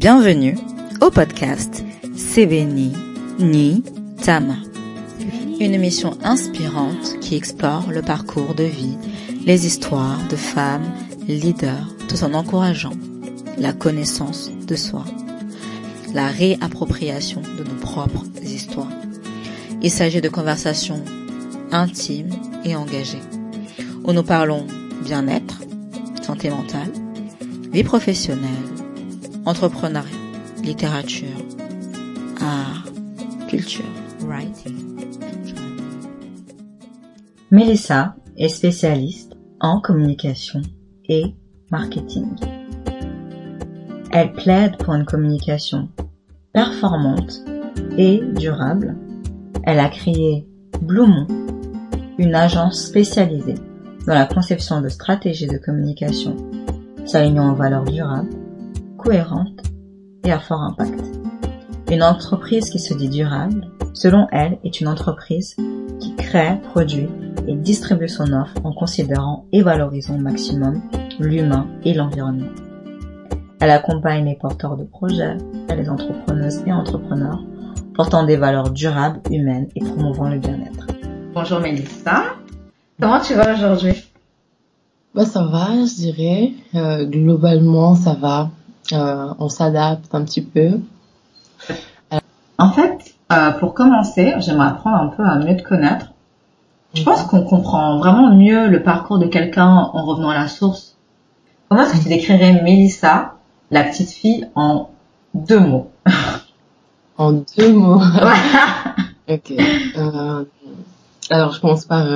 Bienvenue au podcast Sebeni ni Tama, une émission inspirante qui explore le parcours de vie, les histoires de femmes leaders, tout en encourageant la connaissance de soi, la réappropriation de nos propres histoires. Il s'agit de conversations intimes et engagées, où nous parlons bien-être, santé mentale, vie professionnelle, entrepreneuriat, littérature, art, culture, writing. Mélissa est spécialiste en communication et marketing. Elle plaide pour une communication performante et durable. Elle a créé Bloomon, une agence spécialisée dans la conception de stratégies de communication s'alignant aux valeurs durables, cohérentes et à fort impact. Une entreprise qui se dit durable, selon elle, est une entreprise qui crée, produit et distribue son offre en considérant et valorisant au maximum l'humain et l'environnement. Elle accompagne les porteurs de projets et les entrepreneuses et entrepreneurs portant des valeurs durables, humaines et promouvant le bien-être. Bonjour Mélissa, comment tu vas aujourd'hui? Ça va, je dirais. Globalement, ça va. On s'adapte un petit peu. En fait, pour commencer, j'aimerais apprendre un peu à mieux te connaître. Je pense qu'on comprend vraiment mieux le parcours de quelqu'un en revenant à la source. Comment est-ce que tu décrirais Mélissa, la petite fille, en 2 mots? En 2 mots. Ouais. Ok. Alors, je commence par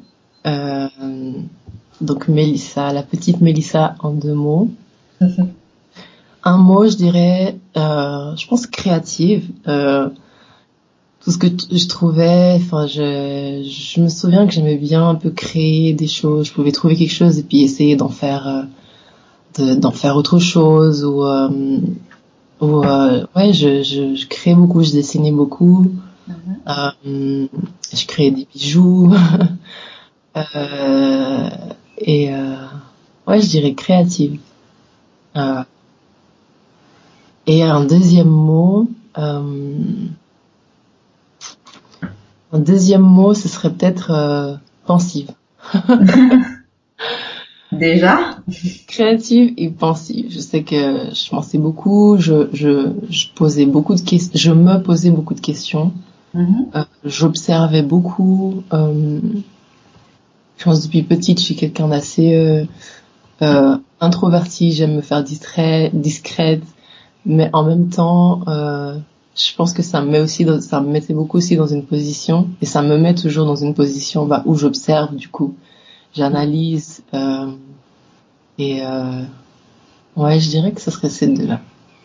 donc Mélissa, la petite Mélissa en 2 mots. Un mot, je dirais, je pense créative. Tout ce que je trouvais, je me souviens que j'aimais bien un peu créer des choses. Je pouvais trouver quelque chose et puis essayer d'en faire autre chose ouais, je créais beaucoup, je dessinais beaucoup. Je créais des bijoux. Ouais, je dirais créative. Et un deuxième mot, ce serait peut-être pensive. Déjà? Créative et pensive. Je sais que je pensais beaucoup, je posais beaucoup de questions, je me posais beaucoup de questions. J'observais beaucoup. Je pense depuis petite, je suis quelqu'un d'assez introverti. J'aime me faire discrète, mais en même temps, je pense que ça me mettait beaucoup aussi dans une position, et ça me met toujours dans une position où j'observe. Du coup, j'analyse ouais, je dirais que ce serait ces 2-là.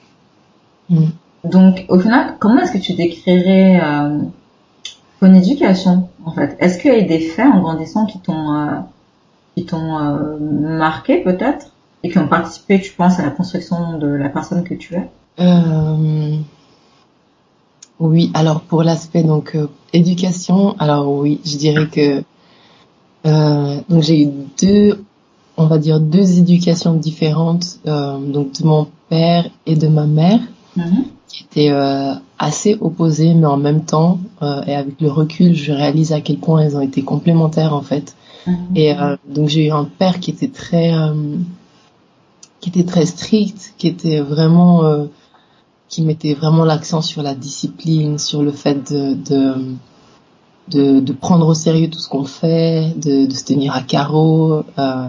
Donc, au final, comment est-ce que tu décrirais ton éducation, en fait? Est-ce qu'il y a eu des faits en grandissant qui t'ont marqué, peut-être, et qui ont participé, tu penses, à la construction de la personne que tu es? Oui, alors pour l'aspect donc éducation, alors oui, je dirais que donc j'ai eu 2 éducations différentes, donc de mon père et de ma mère, qui étaient assez opposées, mais en même temps, et avec le recul, je réalise à quel point elles ont été complémentaires en fait. Et donc j'ai eu un père qui était très strict, qui était vraiment qui mettait vraiment l'accent sur la discipline, sur le fait de prendre au sérieux tout ce qu'on fait, de se tenir à carreau.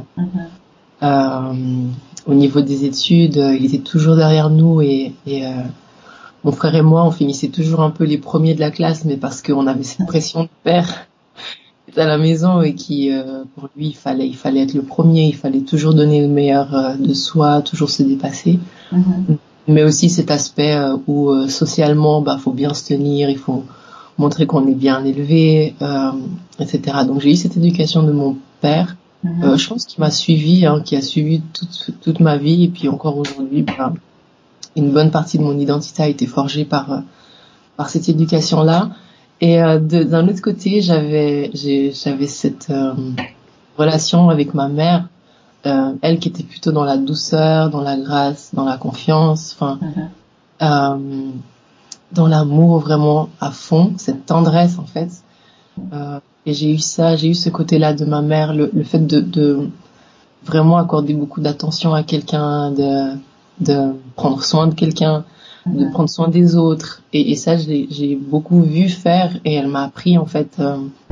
Au niveau des études, il était toujours derrière nous, et mon frère et moi, on finissait toujours un peu les premiers de la classe, mais parce qu'on avait cette pression de père à la maison, et qui pour lui il fallait être le premier, il fallait toujours donner le meilleur de soi, toujours se dépasser. Mais aussi cet aspect où socialement faut bien se tenir, il faut montrer qu'on est bien élevé, etc. Donc j'ai eu cette éducation de mon père, je pense qu'il m'a suivi, qui a suivi toute ma vie, et puis encore aujourd'hui, une bonne partie de mon identité a été forgée par cette éducation-là. Et d'un autre côté, j'avais cette relation avec ma mère elle qui était plutôt dans la douceur, dans la grâce, dans la confiance, enfin, dans l'amour vraiment à fond, cette tendresse en fait. Et j'ai eu ce côté-là de ma mère, le fait de vraiment accorder beaucoup d'attention à quelqu'un, de prendre soin de quelqu'un, de prendre soin des autres. Et ça, j'ai beaucoup vu faire, et elle m'a appris en fait,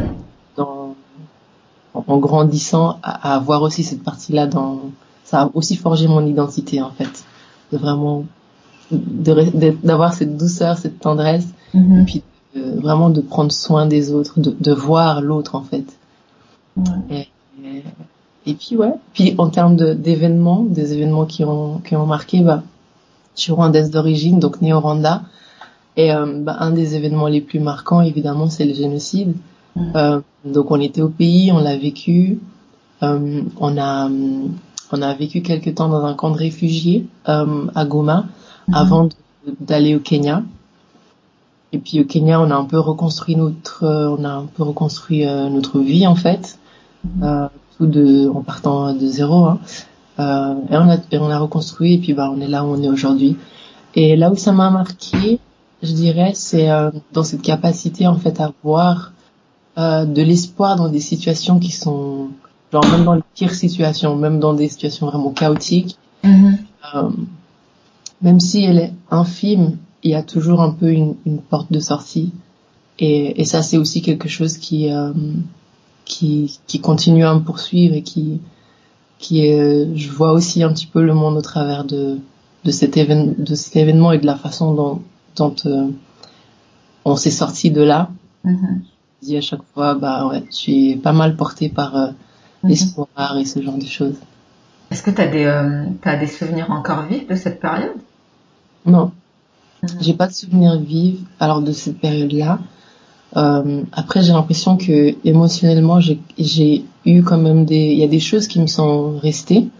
en grandissant, à avoir aussi cette partie-là ça a aussi forgé mon identité en fait, de vraiment d'avoir cette douceur, cette tendresse, et puis vraiment de prendre soin des autres, de voir l'autre en fait. Et puis puis en termes d'événements, des événements qui ont marqué, je suis rwandaise d'origine, donc née au Rwanda, et un des événements les plus marquants évidemment c'est le génocide. Donc on était au pays, on l'a vécu, on a vécu quelque temps dans un camp de réfugiés à Goma avant d'aller au Kenya. Et puis au Kenya, on a un peu reconstruit notre vie en fait, en partant de zéro. Et on a reconstruit, et puis on est là où on est aujourd'hui. Et là où ça m'a marqué, je dirais, c'est dans cette capacité en fait à voir de l'espoir dans des situations qui sont genre même dans les pires situations, même dans des situations vraiment chaotiques. Même si elle est infime, il y a toujours un peu une porte de sortie, et ça c'est aussi quelque chose qui continue à me poursuivre, et je vois aussi un petit peu le monde au travers de cet événement et de la façon dont on s'est sorti de là. Je dis à chaque fois, je suis pas mal portée par l'espoir et ce genre de choses. Est-ce que t'as des souvenirs encore vifs de cette période? Non. J'ai pas de souvenirs vifs alors de cette période-là. Après, j'ai l'impression que émotionnellement, j'ai eu quand même il y a des choses qui me sont restées.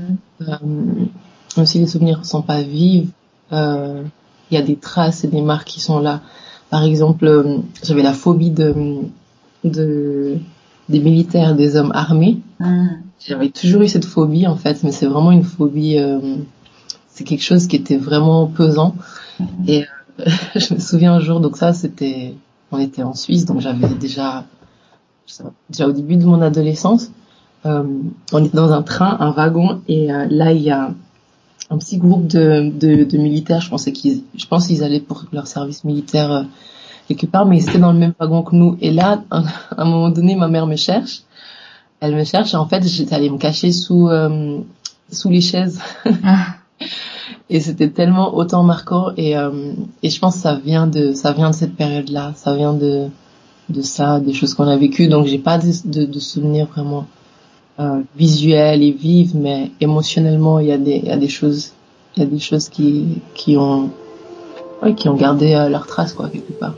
Même si les souvenirs sont pas vifs, il y a des traces et des marques qui sont là. Par exemple, j'avais la phobie des militaires, des hommes armés. J'avais toujours eu cette phobie en fait, mais c'est vraiment une phobie, c'est quelque chose qui était vraiment pesant. Et je me souviens un jour, donc on était en Suisse, donc j'avais déjà au début de mon adolescence, on était dans un train, un wagon, et là il y a un petit groupe de militaires, je pense qu'ils allaient pour leur service militaire quelque part, mais ils étaient dans le même wagon que nous. Et là, à un moment donné, ma mère me cherche. Elle me cherche, et en fait, j'étais allée me cacher sous les chaises. Et c'était tellement autant marquant, et je pense que ça vient de cette période-là, ça vient de ça, des choses qu'on a vécues. Donc j'ai pas de souvenirs vraiment visuels et vifs, mais émotionnellement il y a des choses qui ont gardé leurs traces quoi quelque part.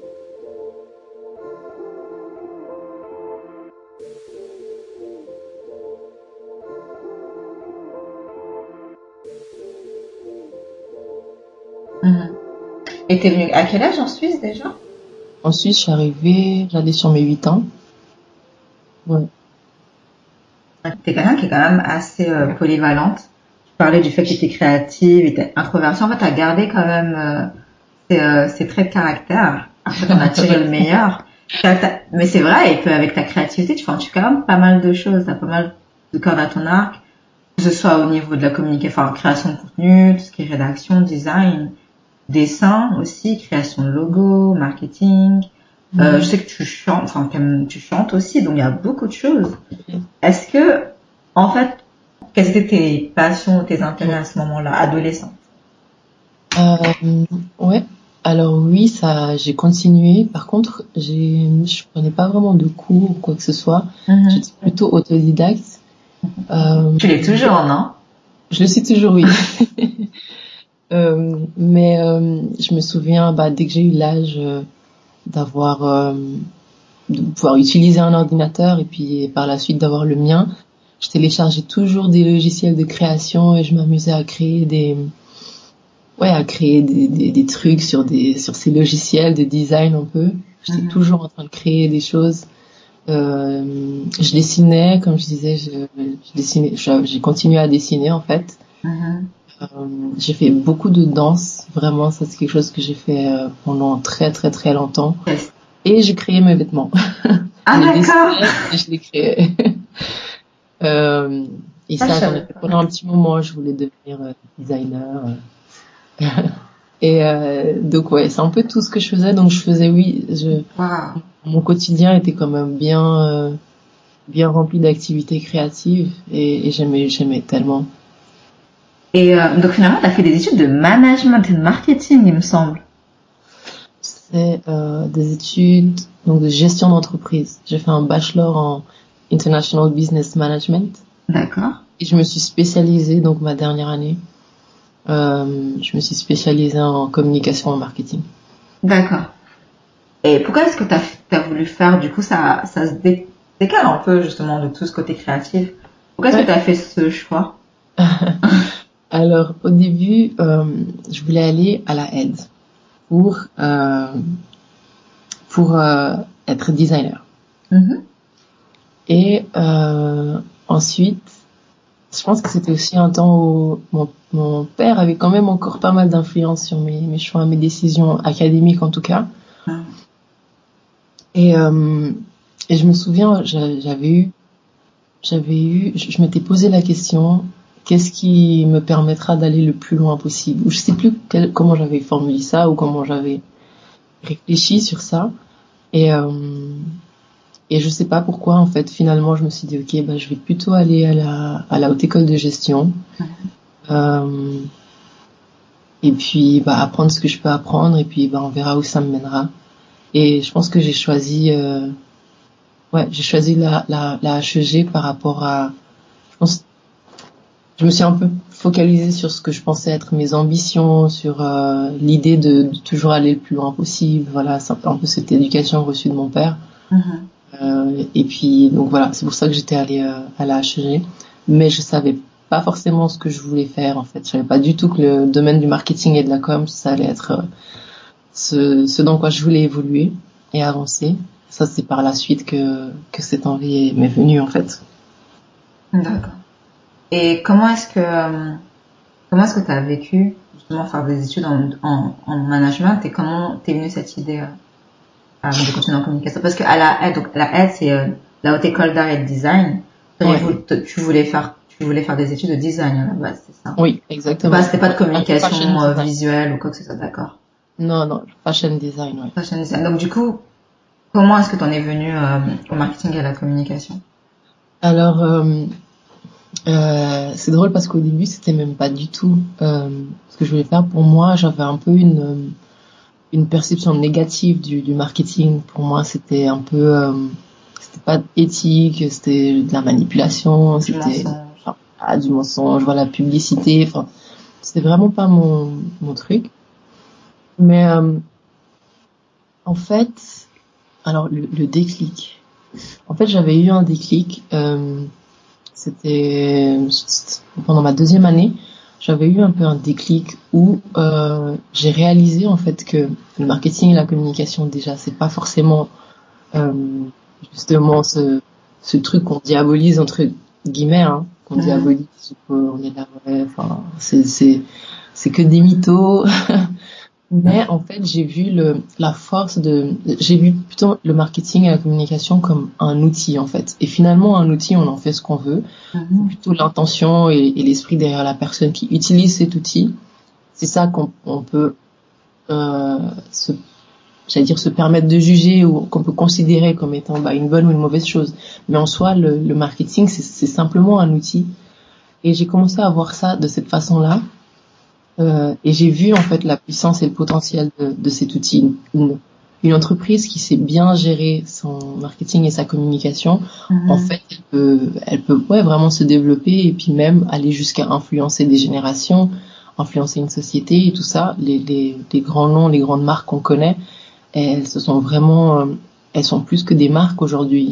Et t'es venue à quel âge en Suisse déjà? En Suisse, j'allais sur mes 8 ans. Ouais. T'es quelqu'un qui est quand même assez polyvalente. Tu parlais du fait que t'étais créative et t'es introvertie. En fait, t'as gardé quand même ces traits de caractère. Après, t'en as tiré le meilleur. Mais c'est vrai, et qu'avec ta créativité, tu fais quand même pas mal de choses. T'as pas mal de cordes à ton arc. Que ce soit au niveau de la communication, création de contenu, tout ce qui est rédaction, design, dessin aussi, création de logo, marketing. Je sais que tu chantes aussi, donc il y a beaucoup de choses. Est-ce que, en fait, quelles étaient tes passions, tes intérêts à ce moment-là, adolescent? Ouais. Alors oui, j'ai continué. Par contre, je prenais pas vraiment de cours ou quoi que ce soit. J'étais plutôt autodidacte. Tu l'es toujours, non? Je le suis toujours, oui. Mais je me souviens, dès que j'ai eu l'âge de pouvoir utiliser un ordinateur, et puis par la suite d'avoir le mien, je téléchargeais toujours des logiciels de création, et je m'amusais à créer des trucs sur ces logiciels de design un peu. J'étais toujours en train de créer des choses. Je dessinais, comme je disais, j'ai continué à dessiner en fait. J'ai fait beaucoup de danse, Vraiment, ça c'est quelque chose que j'ai fait pendant très très très longtemps. Et je créais mes vêtements. Ah d'accord. Je les créais. Et ça, j'en ai fait pendant un petit moment. Je voulais devenir designer. Et donc ouais, c'est un peu tout ce que je faisais. Donc je faisais, mon quotidien était quand même bien rempli d'activités créatives et j'aimais tellement. Et donc finalement, tu as fait des études de management et de marketing, il me semble. C'est des études donc de gestion d'entreprise. J'ai fait un bachelor en International Business Management. D'accord. Et je me suis spécialisée, donc ma dernière année, je me suis spécialisée en communication et marketing. D'accord. Et pourquoi est-ce que t'as voulu faire, du coup, ça se décale un peu justement de tout ce côté créatif. Pourquoi est-ce que t'as fait ce choix? Alors, au début, je voulais aller à la aide pour être designer. Mm-hmm. Et ensuite, je pense que c'était aussi un temps où mon père avait quand même encore pas mal d'influence sur mes choix, mes décisions académiques en tout cas. Mm. Et je me souviens, je m'étais posé la question, qu'est-ce qui me permettra d'aller le plus loin possible? Ou je sais plus comment j'avais formulé ça ou comment j'avais réfléchi sur ça. Et je sais pas pourquoi, en fait, finalement, je me suis dit, ok, je vais plutôt aller à la haute école de gestion. Et puis, apprendre ce que je peux apprendre, et puis, on verra où ça me mènera. Et je pense que j'ai choisi la HEG par rapport à, je me suis un peu focalisée sur ce que je pensais être mes ambitions, sur l'idée de toujours aller le plus loin possible. Voilà, c'est un peu cette éducation reçue de mon père. Et puis donc voilà, c'est pour ça que j'étais allée à la HEG, mais je savais pas forcément ce que je voulais faire en fait. Je savais pas du tout que le domaine du marketing et de la com, ça allait être ce dans quoi je voulais évoluer et avancer. Ça c'est par la suite que cette envie m'est venue en fait. D'accord. Et comment est-ce que tu as vécu justement faire des études en management et comment t'es venue cette idée de continuer en communication? Parce que la aide c'est la haute école d'art et de design. Ouais. Tu voulais faire des études de design à la base, c'est ça? Oui, exactement. C'était pas de communication visuelle ou quoi que ce soit, d'accord? Non, fashion design, ouais. Fashion design. Donc du coup, comment est-ce que t'en es venu au marketing et à la communication? Alors, c'est drôle parce qu'au début, c'était même pas du tout ce que je voulais faire. Pour moi, j'avais un peu une perception négative du marketing. Pour moi, c'était un peu, c'était pas éthique, c'était de la manipulation, c'était du mensonge, voilà, publicité. Enfin, c'était vraiment pas mon truc. Mais en fait, alors le déclic. En fait, j'avais eu un déclic. C'était pendant ma deuxième année, j'avais eu un peu un déclic où j'ai réalisé en fait que le marketing et la communication déjà c'est pas forcément justement ce truc qu'on diabolise entre guillemets, qu'on diabolise, on est là, ouais, enfin c'est que des mythos. Mais en fait, j'ai vu j'ai vu plutôt le marketing et la communication comme un outil en fait. Et finalement, un outil, on en fait ce qu'on veut. C'est plutôt l'intention et l'esprit derrière la personne qui utilise cet outil. C'est ça qu'on peut, se permettre de juger ou qu'on peut considérer comme étant une bonne ou une mauvaise chose. Mais en soi, le marketing, c'est simplement un outil. Et j'ai commencé à voir ça de cette façon-là. Et j'ai vu en fait la puissance et le potentiel de cet outil. Une entreprise qui sait bien gérer son marketing et sa communication, en fait, elle peut vraiment se développer et puis même aller jusqu'à influencer des générations, influencer une société et tout ça. Les grands noms, les grandes marques qu'on connaît, elles sont plus que des marques aujourd'hui.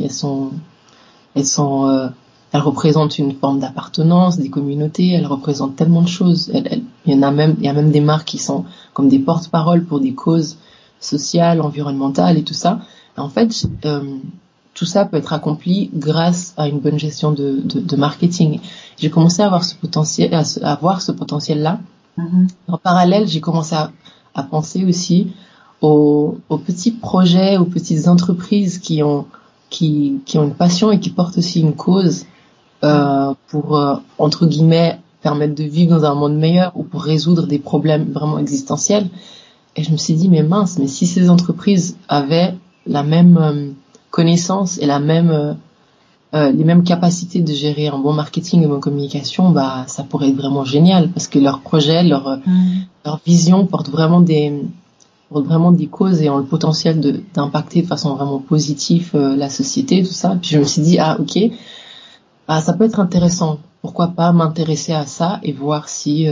Elles représentent une forme d'appartenance, des communautés, elles représentent tellement de choses. Il y a même des marques qui sont comme des porte-paroles pour des causes sociales, environnementales et tout ça. Et en fait, tout ça peut être accompli grâce à une bonne gestion de marketing. J'ai commencé à avoir ce potentiel, là, En parallèle, j'ai commencé à penser aussi aux petits projets, aux petites entreprises qui ont une passion et qui portent aussi une cause pour entre guillemets permettre de vivre dans un monde meilleur ou pour résoudre des problèmes vraiment existentiels. Et je me suis dit mais mince, mais si ces entreprises avaient la même connaissance et les mêmes capacités de gérer un bon marketing et une bonne communication, bah ça pourrait être vraiment génial parce que leur projet, leur vision porte vraiment des causes et ont le potentiel d'impacter de façon vraiment positive la société, tout ça. Puis je me suis dit ok, bah ça peut être intéressant. Pourquoi pas m'intéresser à ça et voir si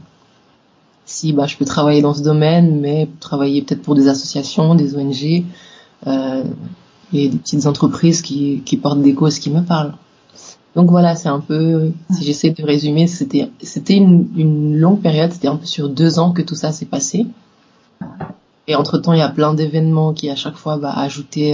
je peux travailler dans ce domaine, mais travailler peut-être pour des associations, des ONG et des petites entreprises qui portent des causes qui me parlent. Donc voilà, c'est un peu, si j'essaie de résumer, c'était une longue période, c'était un peu sur 2 ans que tout ça s'est passé. Et entre-temps, il y a plein d'événements qui à chaque fois ajoutaient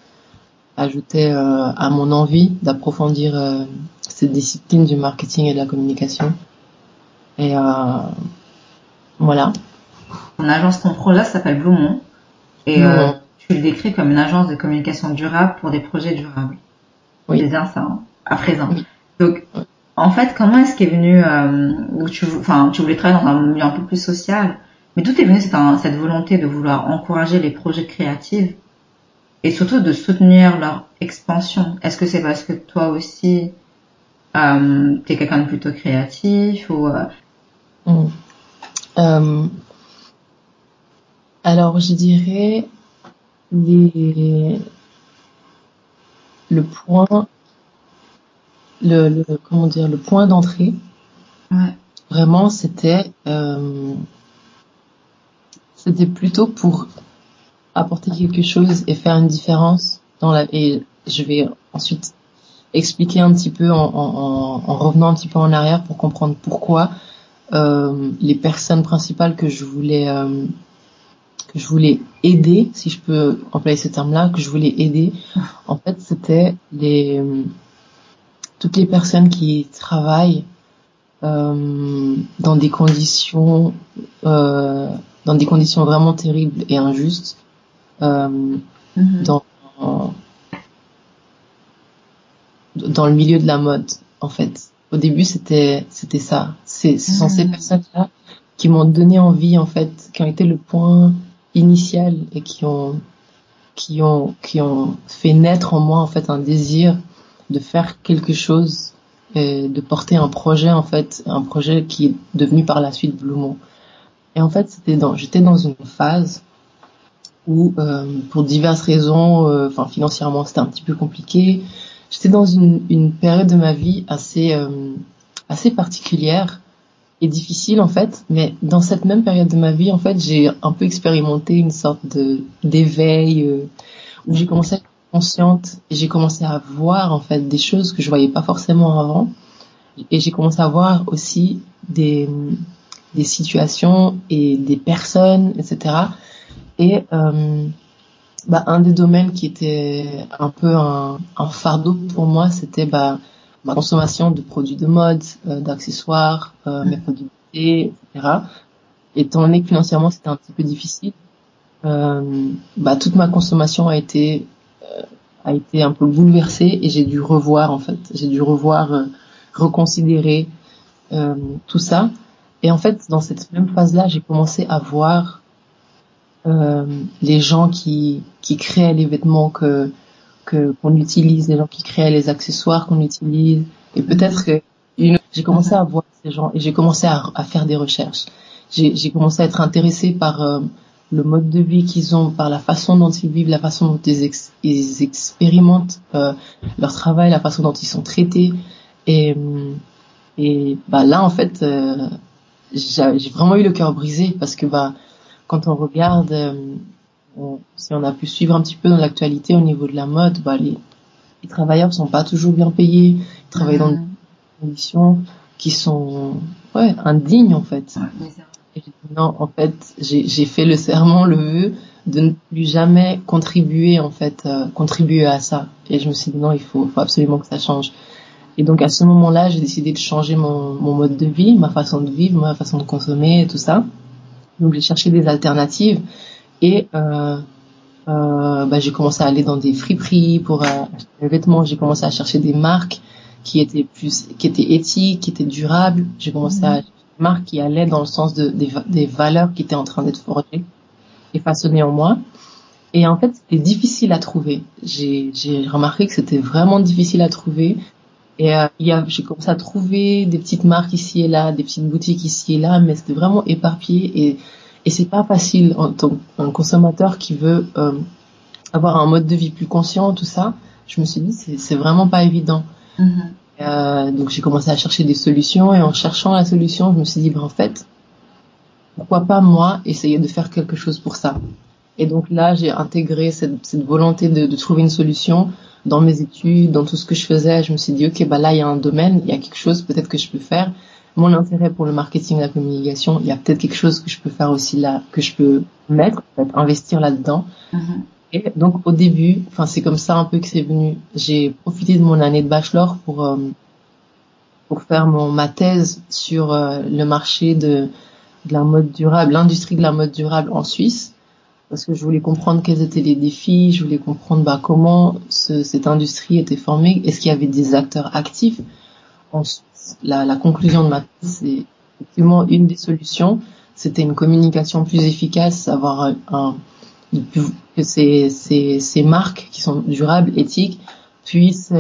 à mon envie d'approfondir cette discipline du marketing et de la communication. Et voilà. Ton projet s'appelle Bloumont et tu le décris comme une agence de communication durable pour des projets durables. Oui. C'est bien ça, hein, à présent. Oui. Donc, en fait, comment est-ce qu'est venu tu voulais travailler dans un milieu un peu plus social, mais d'où est venue cette volonté de vouloir encourager les projets créatifs et surtout de soutenir leur expansion? Est-ce que c'est parce que toi aussi t'es quelqu'un de plutôt créatif ou Alors je dirais le point d'entrée. Ouais. Vraiment c'était plutôt pour apporter quelque chose et faire une différence et je vais ensuite expliquer un petit peu en revenant un petit peu en arrière pour comprendre pourquoi les personnes principales que je voulais aider, si je peux employer ce terme-là, que je voulais aider, en fait, c'était toutes les personnes qui travaillent dans des conditions vraiment terribles et injustes, dans le milieu de la mode, en fait. Au début, c'était ça. Ce sont ces personnes-là qui m'ont donné envie, en fait, qui ont été le point initial et qui ont fait naître en moi, en fait, un désir de faire quelque chose et de porter un projet, en fait, un projet qui est devenu par la suite Bloumont. Et en fait, j'étais dans une phase où, pour diverses raisons, financièrement, c'était un petit peu compliqué. J'étais dans une période de ma vie assez particulière et difficile en fait, mais dans cette même période de ma vie en fait, j'ai un peu expérimenté une sorte d'éveil où j'ai commencé à être consciente et j'ai commencé à voir en fait des choses que je voyais pas forcément avant et j'ai commencé à voir aussi des situations et des personnes, etc. Et un des domaines qui était un peu un fardeau pour moi, c'était ma consommation de produits de mode, d'accessoires, mes produits de beauté, etc. Étant donné que financièrement c'était un petit peu difficile, toute ma consommation a été un peu bouleversée et j'ai dû revoir reconsidérer tout ça. Et en fait, dans cette même phase-là, j'ai commencé à voir les gens qui créaient les vêtements qu'on utilise, les gens qui créaient les accessoires qu'on utilise, et peut-être que j'ai commencé à voir ces gens et j'ai commencé à faire des recherches. J'ai commencé à être intéressée par le mode de vie qu'ils ont, par la façon dont ils vivent, la façon dont ils expérimentent leur travail, la façon dont ils sont traités. Et là en fait, j'ai vraiment eu le cœur brisé parce que quand on regarde, si on a pu suivre un petit peu dans l'actualité au niveau de la mode, les travailleurs sont pas toujours bien payés, ils travaillent dans des conditions qui sont indignes en fait. Et non, en fait, j'ai fait le serment, le vœu de ne plus jamais contribuer à ça. Et je me suis dit non, il faut absolument que ça change. Et donc à ce moment-là, j'ai décidé de changer mon mode de vie, ma façon de vivre, ma façon de consommer et tout ça. Donc j'ai cherché des alternatives et j'ai commencé à aller dans des friperies pour acheter des vêtements. J'ai commencé à chercher des marques qui étaient éthiques, qui étaient durables. J'ai commencé à acheter des marques qui allaient dans le sens des valeurs qui étaient en train d'être forgées et façonnées en moi. Et en fait, c'était difficile à trouver. J'ai remarqué que c'était vraiment difficile à trouver. Et j'ai commencé à trouver des petites marques ici et là, des petites boutiques ici et là, mais c'était vraiment éparpillé et c'est pas facile en tant qu'un consommateur qui veut avoir un mode de vie plus conscient, tout ça. Je me suis dit c'est vraiment pas évident. Donc j'ai commencé à chercher des solutions et en cherchant la solution, je me suis dit en fait, pourquoi pas moi essayer de faire quelque chose pour ça. Et donc là, j'ai intégré cette volonté de trouver une solution dans mes études, dans tout ce que je faisais. Je me suis dit, ok, là, il y a un domaine, il y a quelque chose peut-être que je peux faire. Mon intérêt pour le marketing, la communication, il y a peut-être quelque chose que je peux faire aussi là, que je peux mettre, peut-être investir là-dedans. Et donc, au début, c'est comme ça un peu que c'est venu. J'ai profité de mon année de bachelor pour faire ma thèse sur le marché de la mode durable, l'industrie de la mode durable en Suisse. Parce que je voulais comprendre quels étaient les défis, je voulais comprendre comment cette industrie était formée, est-ce qu'il y avait des acteurs actifs. Ensuite, la conclusion de ma thèse, c'est effectivement une des solutions, c'était une communication plus efficace, avoir que ces marques qui sont durables, éthiques, puissent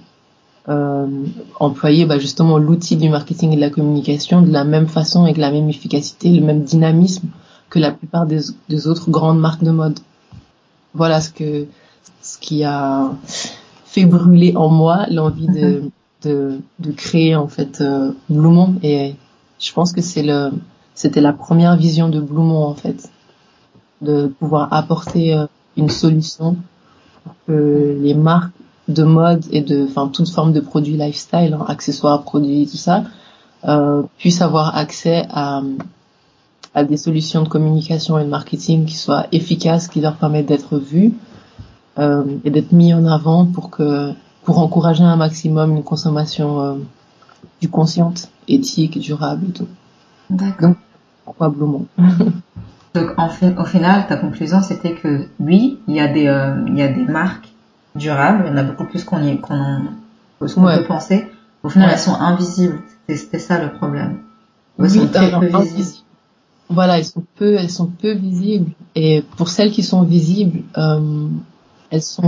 employer justement l'outil du marketing et de la communication de la même façon, avec la même efficacité, le même dynamisme que la plupart des autres grandes marques de mode. Voilà ce qui a fait brûler en moi l'envie de créer en fait Bloumont, et je pense que c'était la première vision de Bloumont en fait, de pouvoir apporter une solution pour que les marques de mode et toute forme de produits lifestyle, accessoires, produits, tout ça, puissent avoir accès à des solutions de communication et de marketing qui soient efficaces, qui leur permettent d'être vus et d'être mis en avant pour encourager un maximum une consommation du consciente, éthique, durable et tout. D'accord. Donc, pourquoi Bloumont? Donc au final, ta conclusion c'était que oui, il y a des marques durables, il y en a beaucoup plus qu'on peut penser. Au final, elles sont invisibles. C'était ça le problème. Elles sont très peu visibles. Voilà, elles sont peu visibles, et pour celles qui sont visibles, ce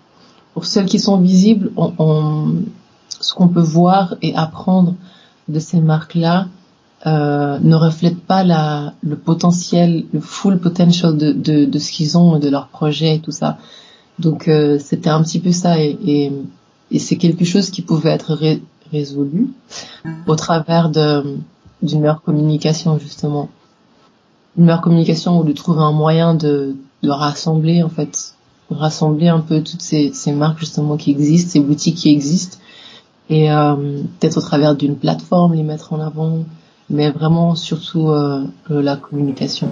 qu'on peut voir et apprendre de ces marques-là ne reflète pas le potentiel, le full potential de ce qu'ils ont, de leur projet et tout ça. Donc c'était un petit peu ça, et c'est quelque chose qui pouvait être résolu au travers d'une meilleure communication, justement. Une meilleure communication, ou de trouver un moyen de rassembler un peu toutes ces marques justement qui existent, ces boutiques qui existent, et peut-être au travers d'une plateforme les mettre en avant, mais vraiment surtout la communication.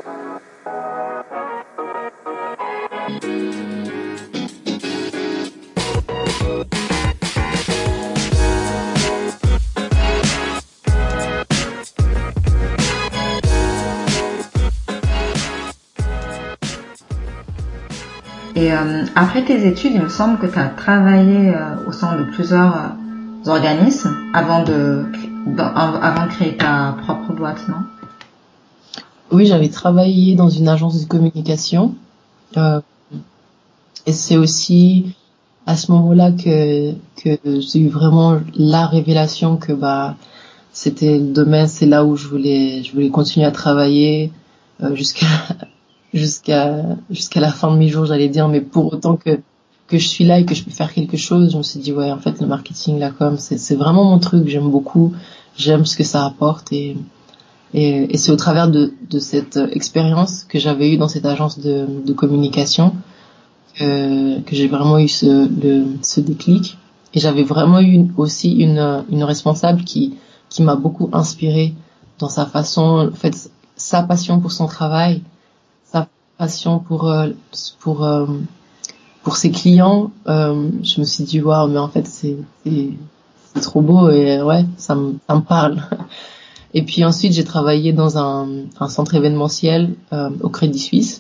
Et après tes études, il me semble que tu as travaillé au sein de plusieurs organismes avant de créer ta propre boîte, non? Oui, j'avais travaillé dans une agence de communication. Et c'est aussi à ce moment-là que j'ai eu vraiment la révélation que c'était le domaine, c'est là où je voulais continuer à travailler jusqu'à la fin de mes jours, j'allais dire, mais pour autant que je suis là et que je peux faire quelque chose, je me suis dit ouais, en fait le marketing, la com, c'est vraiment mon truc, j'aime beaucoup, j'aime ce que ça apporte, et c'est au travers de cette expérience que j'avais eue dans cette agence de communication que j'ai vraiment eu ce déclic, et j'avais vraiment eu aussi une responsable qui m'a beaucoup inspirée dans sa façon, en fait, sa passion pour son travail, sa passion pour ses clients. Je me suis dit waouh, mais en fait c'est c'est trop beau et ouais, ça me parle. Et puis ensuite, j'ai travaillé dans un centre événementiel au Crédit Suisse.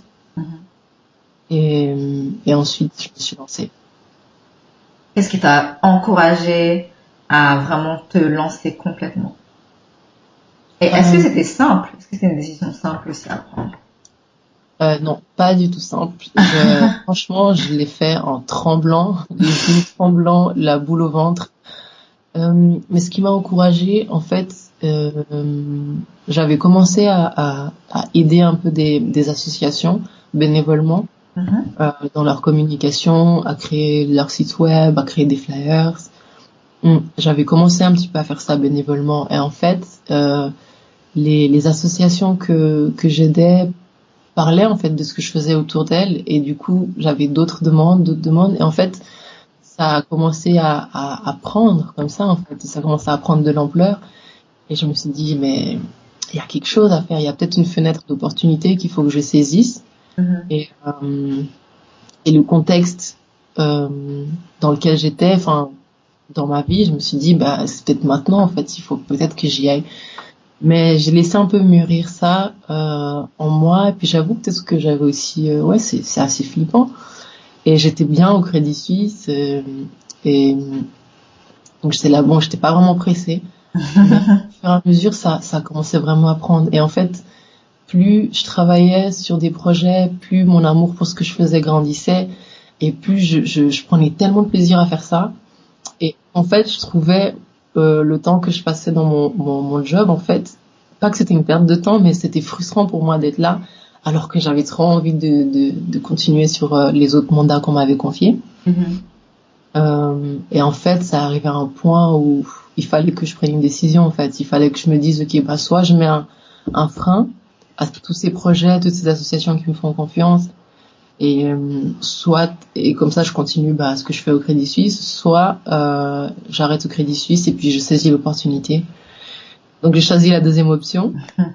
Et ensuite, je me suis lancée. Qu'est-ce qui t'a encouragé à vraiment te lancer complètement? Et est-ce que c'était simple? Est-ce que c'était une décision simple aussi à prendre? Non, pas du tout simple. Franchement, je l'ai fait en tremblant, les genoux tremblants, la boule au ventre. Mais ce qui m'a encouragée, en fait, j'avais commencé à aider un peu des associations bénévolement dans leur communication, à créer leur site web, à créer des flyers. J'avais commencé un petit peu à faire ça bénévolement. Et en fait, les associations que j'aidais parlaient en fait de ce que je faisais autour d'elles, et du coup j'avais d'autres demandes, et en fait ça a commencé à prendre comme ça, en fait ça a commencé à prendre de l'ampleur, et je me suis dit mais il y a quelque chose à faire, il y a peut-être une fenêtre d'opportunité qu'il faut que je saisisse. Et le contexte dans lequel j'étais, enfin dans ma vie, je me suis dit bah c'est peut-être maintenant, en fait il faut peut-être que j'y aille. Mais j'ai laissé un peu mûrir ça en moi, et puis j'avoue peut-être que j'avais aussi ouais, c'est assez flippant, et j'étais bien au Crédit Suisse, et donc j'étais là, bon, j'étais pas vraiment pressée, mais au fur et à mesure ça commençait vraiment à prendre, et en fait plus je travaillais sur des projets, plus mon amour pour ce que je faisais grandissait, et plus je prenais tellement de plaisir à faire ça. Et en fait je trouvais le temps que je passais dans mon job, en fait, pas que c'était une perte de temps, mais c'était frustrant pour moi d'être là, alors que j'avais trop envie de continuer sur les autres mandats qu'on m'avait confiés. Et en fait, ça arrivait à un point où il fallait que je prenne une décision, en fait. Il fallait que je me dise, ok, bah, soit je mets un frein à tous ces projets, toutes ces associations qui me font confiance, et comme ça je continue ce que je fais au Crédit Suisse, soit j'arrête au Crédit Suisse et puis je saisis l'opportunité. Donc j'ai choisi la deuxième option.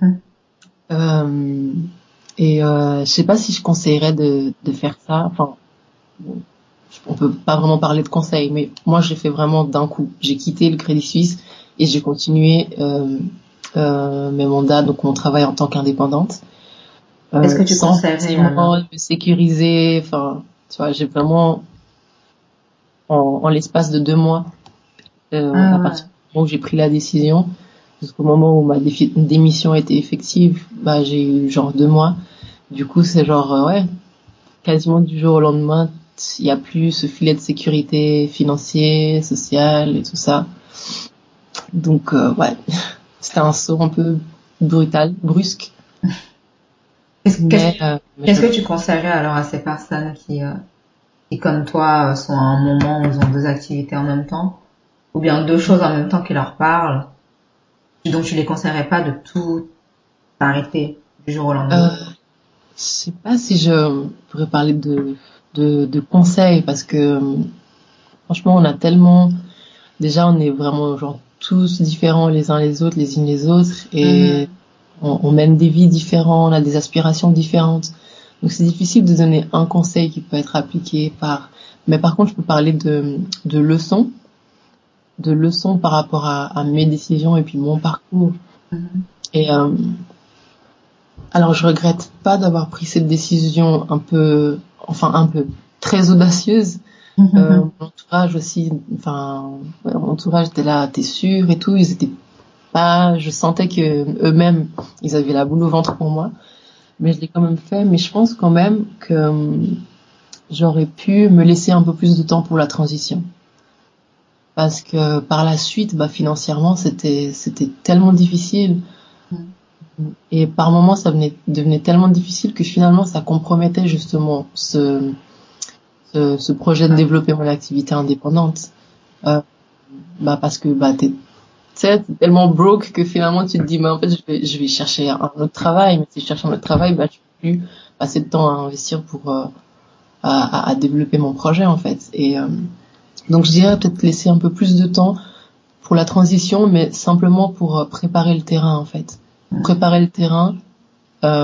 Je sais pas si je conseillerais de faire ça, enfin on peut pas vraiment parler de conseil, mais moi je l'ai fait vraiment d'un coup. J'ai quitté le Crédit Suisse et j'ai continué mes mandats, donc mon travail en tant qu'indépendante. Est-ce que tu conseillerais me sécuriser, enfin, tu vois, j'ai vraiment en l'espace de 2 mois, à partir du moment où j'ai pris la décision jusqu'au moment où ma démission était effective, j'ai eu genre 2 mois. Du coup, c'est genre ouais, quasiment du jour au lendemain, il y a plus ce filet de sécurité financier, social et tout ça. Donc ouais, c'était un saut un peu brutal, brusque. Qu'est-ce que tu conseillerais alors à ces personnes qui comme toi sont à un moment où ils ont 2 activités en même temps, ou bien 2 choses en même temps qui leur parlent, donc tu les conseillerais pas de tout arrêter du jour au lendemain? Je sais pas si je pourrais parler de conseils, parce que franchement on a tellement, déjà on est vraiment genre tous différents les uns les autres, les unes les autres, et on mène des vies différentes, on a des aspirations différentes. Donc c'est difficile de donner un conseil qui peut être appliqué mais par contre je peux parler de leçons par rapport à mes décisions et puis mon parcours. Et alors je regrette pas d'avoir pris cette décision un peu très audacieuse. Mon entourage aussi, mon entourage était là, t'es sûr et tout, ils étaient pas, je sentais que eux-mêmes ils avaient la boule au ventre pour moi, mais je l'ai quand même fait. Mais je pense quand même que j'aurais pu me laisser un peu plus de temps pour la transition, parce que par la suite financièrement c'était tellement difficile, et par moments ça devenait tellement difficile que finalement ça compromettait justement ce projet de développer mon activité indépendante, parce que t'es tellement broke que finalement tu te dis en fait je vais chercher un autre travail, mais si je cherche un autre travail je peux plus passer de temps à investir pour à développer mon projet, en fait. Et donc je dirais peut-être laisser un peu plus de temps pour la transition, mais simplement pour préparer le terrain, en fait. Préparer le terrain,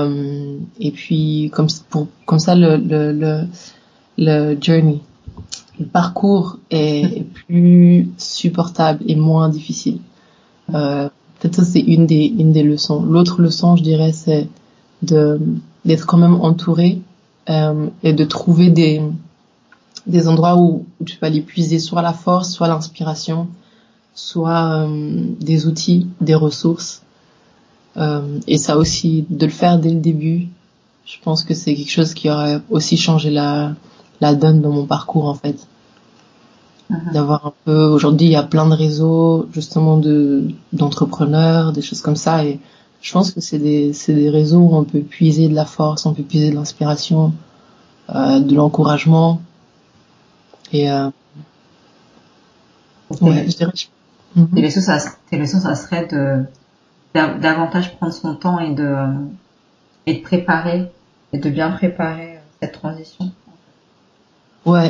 et puis comme ça le journey, le parcours est plus supportable et moins difficile. Peut-être ça c'est une des leçons. L'autre leçon, je dirais, c'est d'être quand même entouré et de trouver des endroits où tu peux aller puiser soit la force, soit l'inspiration, soit des outils, des ressources. Et ça aussi, de le faire dès le début, je pense que c'est quelque chose qui aurait aussi changé la donne dans mon parcours en fait. D'avoir un peu, aujourd'hui il y a plein de réseaux justement d'entrepreneurs, des choses comme ça, et je pense que c'est des réseaux où on peut puiser de la force, on peut puiser de l'inspiration, de l'encouragement, et ouais, je dirais. Tes leçons, ça serait davantage prendre son temps et de préparer et de bien préparer cette transition. Ouais.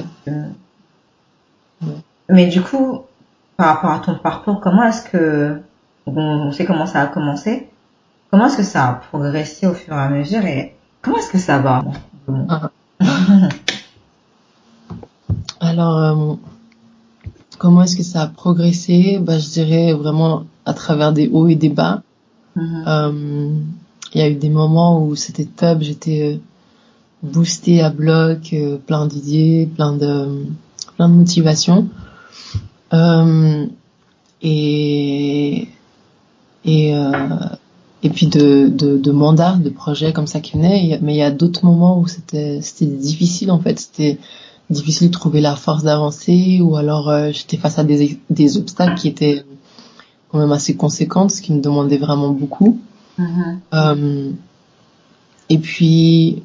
Mais du coup, par rapport à ton parcours, comment est-ce que, on sait comment ça a commencé, comment est-ce que ça a progressé au fur et à mesure et comment est-ce que ça va? Alors, comment est-ce que ça a progressé? Je dirais vraiment à travers des hauts et des bas. Il y a eu des moments où c'était top, j'étais boostée à bloc, plein d'idées, plein de motivation. Et puis de mandats, de projets comme ça qui venaient. Mais il y a d'autres moments où c'était difficile en fait. C'était difficile de trouver la force d'avancer, ou alors j'étais face à des obstacles qui étaient quand même assez conséquents, ce qui me demandait vraiment beaucoup. Et puis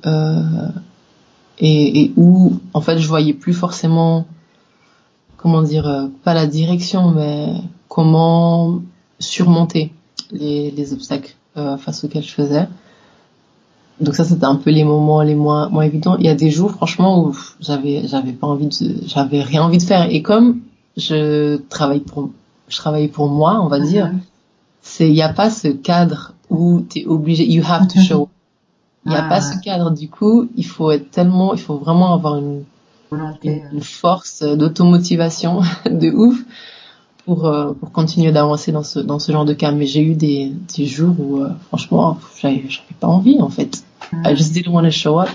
et où en fait je voyais plus forcément, comment dire, pas la direction, mais comment surmonter les obstacles face auxquels je faisais. Donc ça, c'était un peu les moments les moins évidents. Il y a des jours, franchement, où j'avais rien envie de faire. Et comme je travaillais pour moi, on va dire, il y a pas ce cadre où t'es obligé, you have to show. Il y a pas ce cadre. Du coup, il faut vraiment avoir une force d'automotivation de ouf pour continuer d'avancer dans ce genre de cas. Mais j'ai eu des jours où franchement j'avais pas envie en fait. I just didn't want to show up.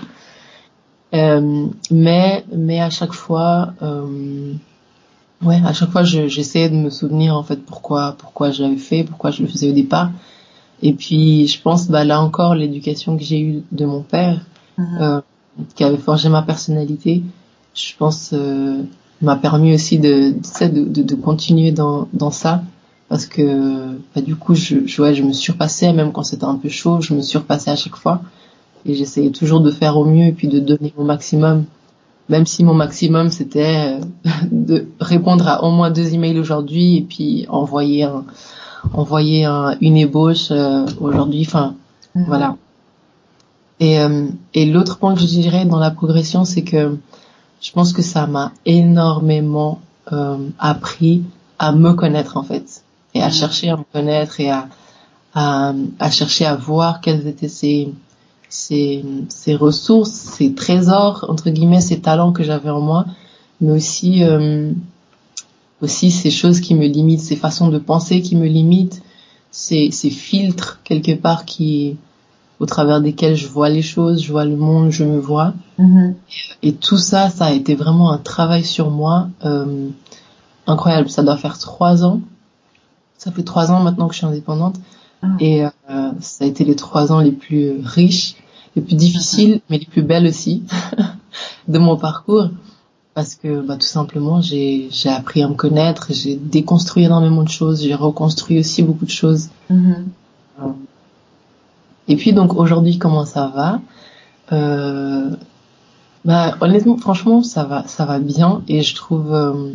Mais à chaque fois j'essayais de me souvenir en fait pourquoi je l'avais fait, pourquoi je le faisais au départ. Et puis je pense là encore l'éducation que j'ai eue de mon père qui avait forgé ma personnalité, je pense m'a permis aussi de continuer dans ça, parce que du coup je me surpassais, même quand c'était un peu chaud, je me surpassais à chaque fois et j'essayais toujours de faire au mieux et puis de donner mon maximum, même si mon maximum c'était de répondre à au moins 2 emails aujourd'hui et puis envoyer une ébauche aujourd'hui, enfin voilà. Et l'autre point que je dirais dans la progression, c'est que je pense que ça m'a énormément appris à me connaître en fait, et à chercher à me connaître et à chercher à voir quelles étaient ces ressources, ces trésors entre guillemets, ces talents que j'avais en moi, mais aussi ces choses qui me limitent, ces façons de penser qui me limitent, ces filtres quelque part au travers desquels je vois les choses, je vois le monde, je me vois. Et tout ça a été vraiment un travail sur moi incroyable. Ça doit faire 3 ans. Ça fait 3 ans maintenant que je suis indépendante. Et ça a été les 3 ans les plus riches, les plus difficiles, mais les plus belles aussi de mon parcours. Parce que tout simplement j'ai appris à me connaître, j'ai déconstruit énormément de choses, j'ai reconstruit aussi beaucoup de choses. Et puis donc aujourd'hui, comment ça va? Honnêtement, franchement, ça va bien, et je trouve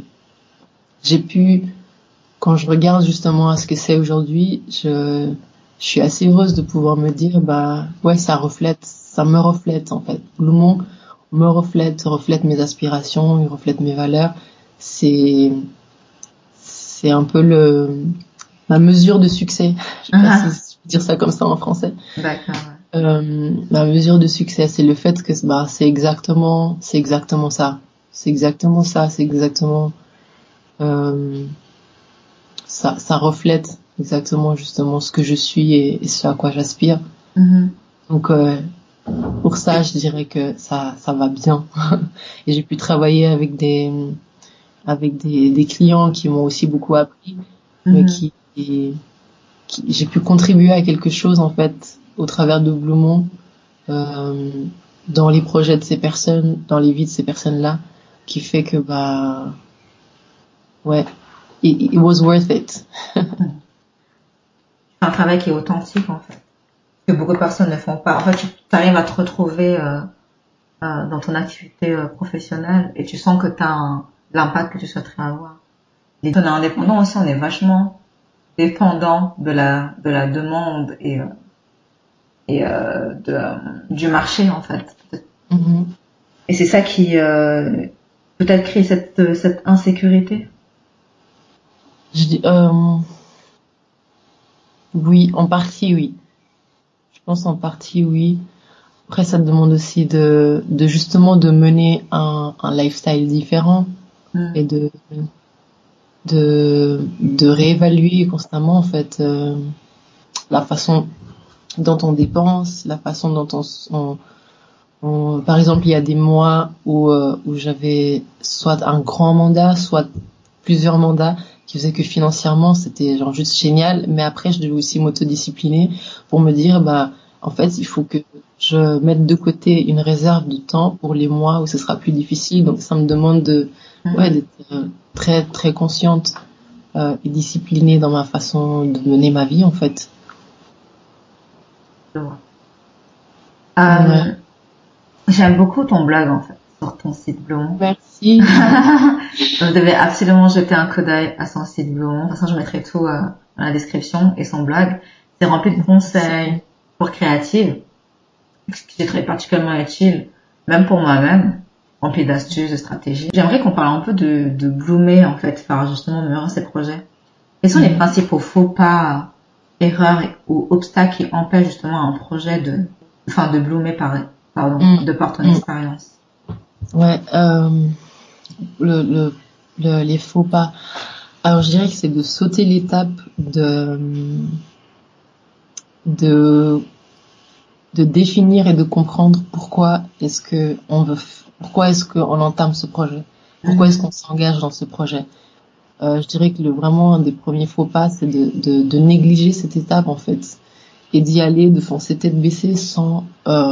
quand je regarde justement à ce que c'est aujourd'hui, je suis assez heureuse de pouvoir me dire ouais, ça me reflète en fait. Le monde me reflète mes aspirations, il reflète mes valeurs. C'est un peu ma mesure de succès. Je sais pas si je peux dire ça comme ça en français. D'accord. Ma mesure de succès, c'est le fait que c'est exactement ça. c'est exactement ça, c'est exactement ça reflète exactement justement ce que je suis et ce à quoi j'aspire. Donc pour ça, je dirais que ça va bien. Et j'ai pu travailler avec des clients qui m'ont aussi beaucoup appris, mais qui j'ai pu contribuer à quelque chose en fait au travers de Bloomont, dans les projets de ces personnes, dans les vies de ces personnes-là, qui fait que ouais, it was worth it. C'est un travail qui est authentique en fait, que beaucoup de personnes ne font pas. En fait, tu arrives à te retrouver dans ton activité professionnelle et tu sens que tu as l'impact que tu souhaiterais avoir. Et on est indépendant aussi, on est vachement dépendant de la demande et du marché en fait. Et c'est ça qui peut-être crée cette insécurité. Je dis oui, en partie oui. Je pense en partie oui. Après ça te demande aussi de justement de mener un lifestyle différent et de réévaluer constamment en fait la façon dont on dépense, la façon dont on par exemple, il y a des mois où j'avais soit un grand mandat, soit plusieurs mandats qui faisaient que financièrement c'était genre juste génial, mais après je devais aussi m'autodiscipliner pour me dire en fait, il faut que je mette de côté une réserve de temps pour les mois où ce sera plus difficile. Donc ça me demande d'être très très consciente et disciplinée dans ma façon de mener ma vie en fait. J'aime beaucoup ton blog en fait sur ton site Bloomont. Merci. Vous devez absolument jeter un coup d'œil à son site Bloomont. De toute façon, je mettrai tout dans la description. Et son blog, c'est rempli de conseils pour créatives, qui est très particulièrement utile, même pour moi-même, rempli d'astuces, de stratégies. J'aimerais qu'on parle un peu de bloomer en fait, faire justement mener ses projets. Quels sont les principaux faux pas, erreurs ou obstacles qui empêchent justement un projet de bloomer de par ton expérience? Ouais, les faux pas. Alors je dirais que c'est de sauter l'étape de définir et de comprendre pourquoi est-ce qu'on entame ce projet, pourquoi est-ce qu'on s'engage dans ce projet. Je dirais que vraiment un des premiers faux pas, c'est de négliger cette étape en fait et d'y aller, de foncer tête baissée sans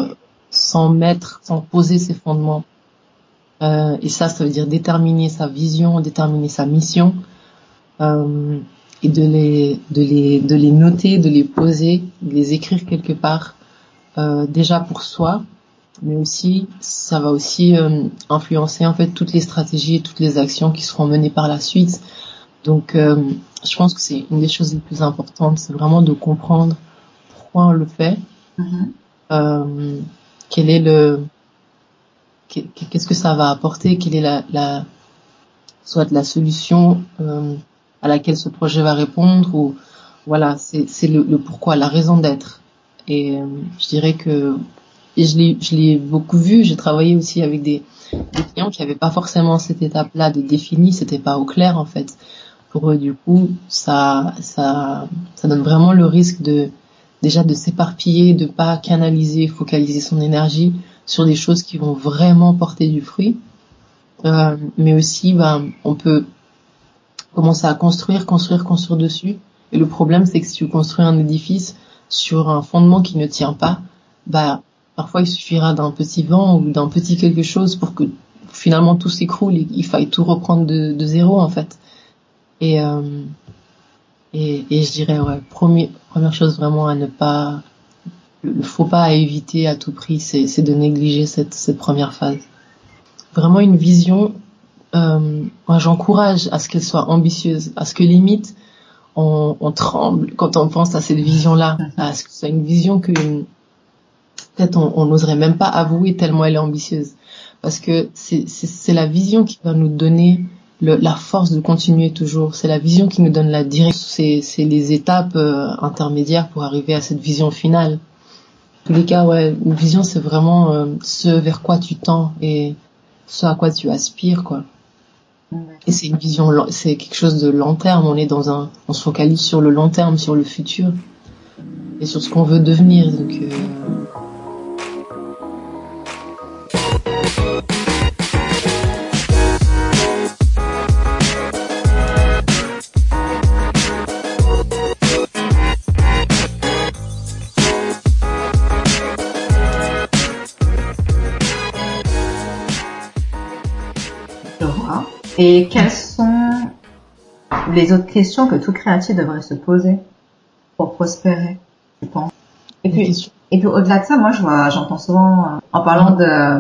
poser ses fondements. Et ça veut dire déterminer sa vision, déterminer sa mission, et de les noter, de les poser, de les écrire quelque part, déjà pour soi, mais aussi ça va aussi influencer en fait toutes les stratégies et toutes les actions qui seront menées par la suite. Donc je pense que c'est une des choses les plus importantes, c'est vraiment de comprendre pourquoi on le fait, qu'est-ce que ça va apporter, quelle est soit la solution à laquelle ce projet va répondre, ou voilà, c'est le pourquoi, la raison d'être. Et je dirais que je l'ai beaucoup vu, j'ai travaillé aussi avec des clients qui n'avaient pas forcément cette étape-là de définie, c'était pas au clair en fait. Pour eux, du coup, ça donne vraiment le risque de s'éparpiller, de pas canaliser, focaliser son énergie sur des choses qui vont vraiment porter du fruit. Mais aussi, on peut commencer à construire dessus. Et le problème, c'est que si tu construis un édifice sur un fondement qui ne tient pas, parfois il suffira d'un petit vent ou d'un petit quelque chose pour que finalement tout s'écroule et il faille tout reprendre de zéro en fait. Et je dirais, première chose vraiment à ne pas, le faux pas à éviter à tout prix, c'est de négliger cette première phase. Vraiment une vision, moi j'encourage à ce qu'elle soit ambitieuse, à ce que limite on tremble quand on pense à cette vision-là, à ce que ce soit une vision que peut-être on n'oserait même pas avouer tellement elle est ambitieuse, parce que c'est la vision qui va nous donner la force de continuer toujours. C'est la vision qui nous donne la direction. C'est les étapes intermédiaires pour arriver à cette vision finale. En tous les cas, une vision, c'est vraiment ce vers quoi tu tends. Et ce à quoi tu aspires, quoi. Et c'est une vision, c'est quelque chose de long terme. On se focalise sur le long terme, sur le futur et sur ce qu'on veut devenir. Donc, Et quelles sont les autres questions que tout créatif devrait se poser pour prospérer, je pense. Et puis au-delà de ça, moi j'entends souvent en parlant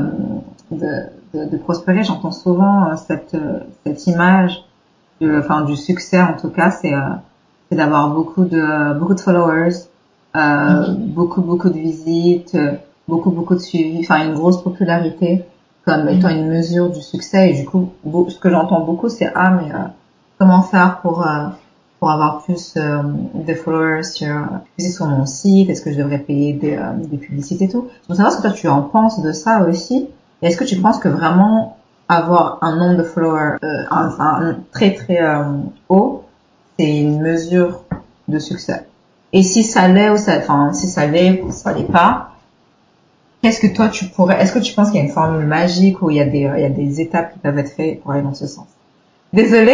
de prospérer, j'entends souvent cette image du succès, en tout cas, c'est d'avoir beaucoup de followers, beaucoup de visites, beaucoup de suivi, enfin une grosse popularité comme étant une mesure du succès. Et du coup, ce que j'entends beaucoup, c'est comment faire pour avoir plus de followers sur mon site, est-ce que je devrais payer des publicités et tout. Je veux savoir ce que toi tu en penses de ça aussi. Et est-ce que tu penses que vraiment avoir un nombre de followers très haut, c'est une mesure de succès? Et si ça l'est si ça l'est ou ça l'est pas, qu'est-ce que toi est-ce que tu penses qu'il y a une formule magique ou il y a des étapes qui peuvent être faites pour aller dans ce sens? Désolée.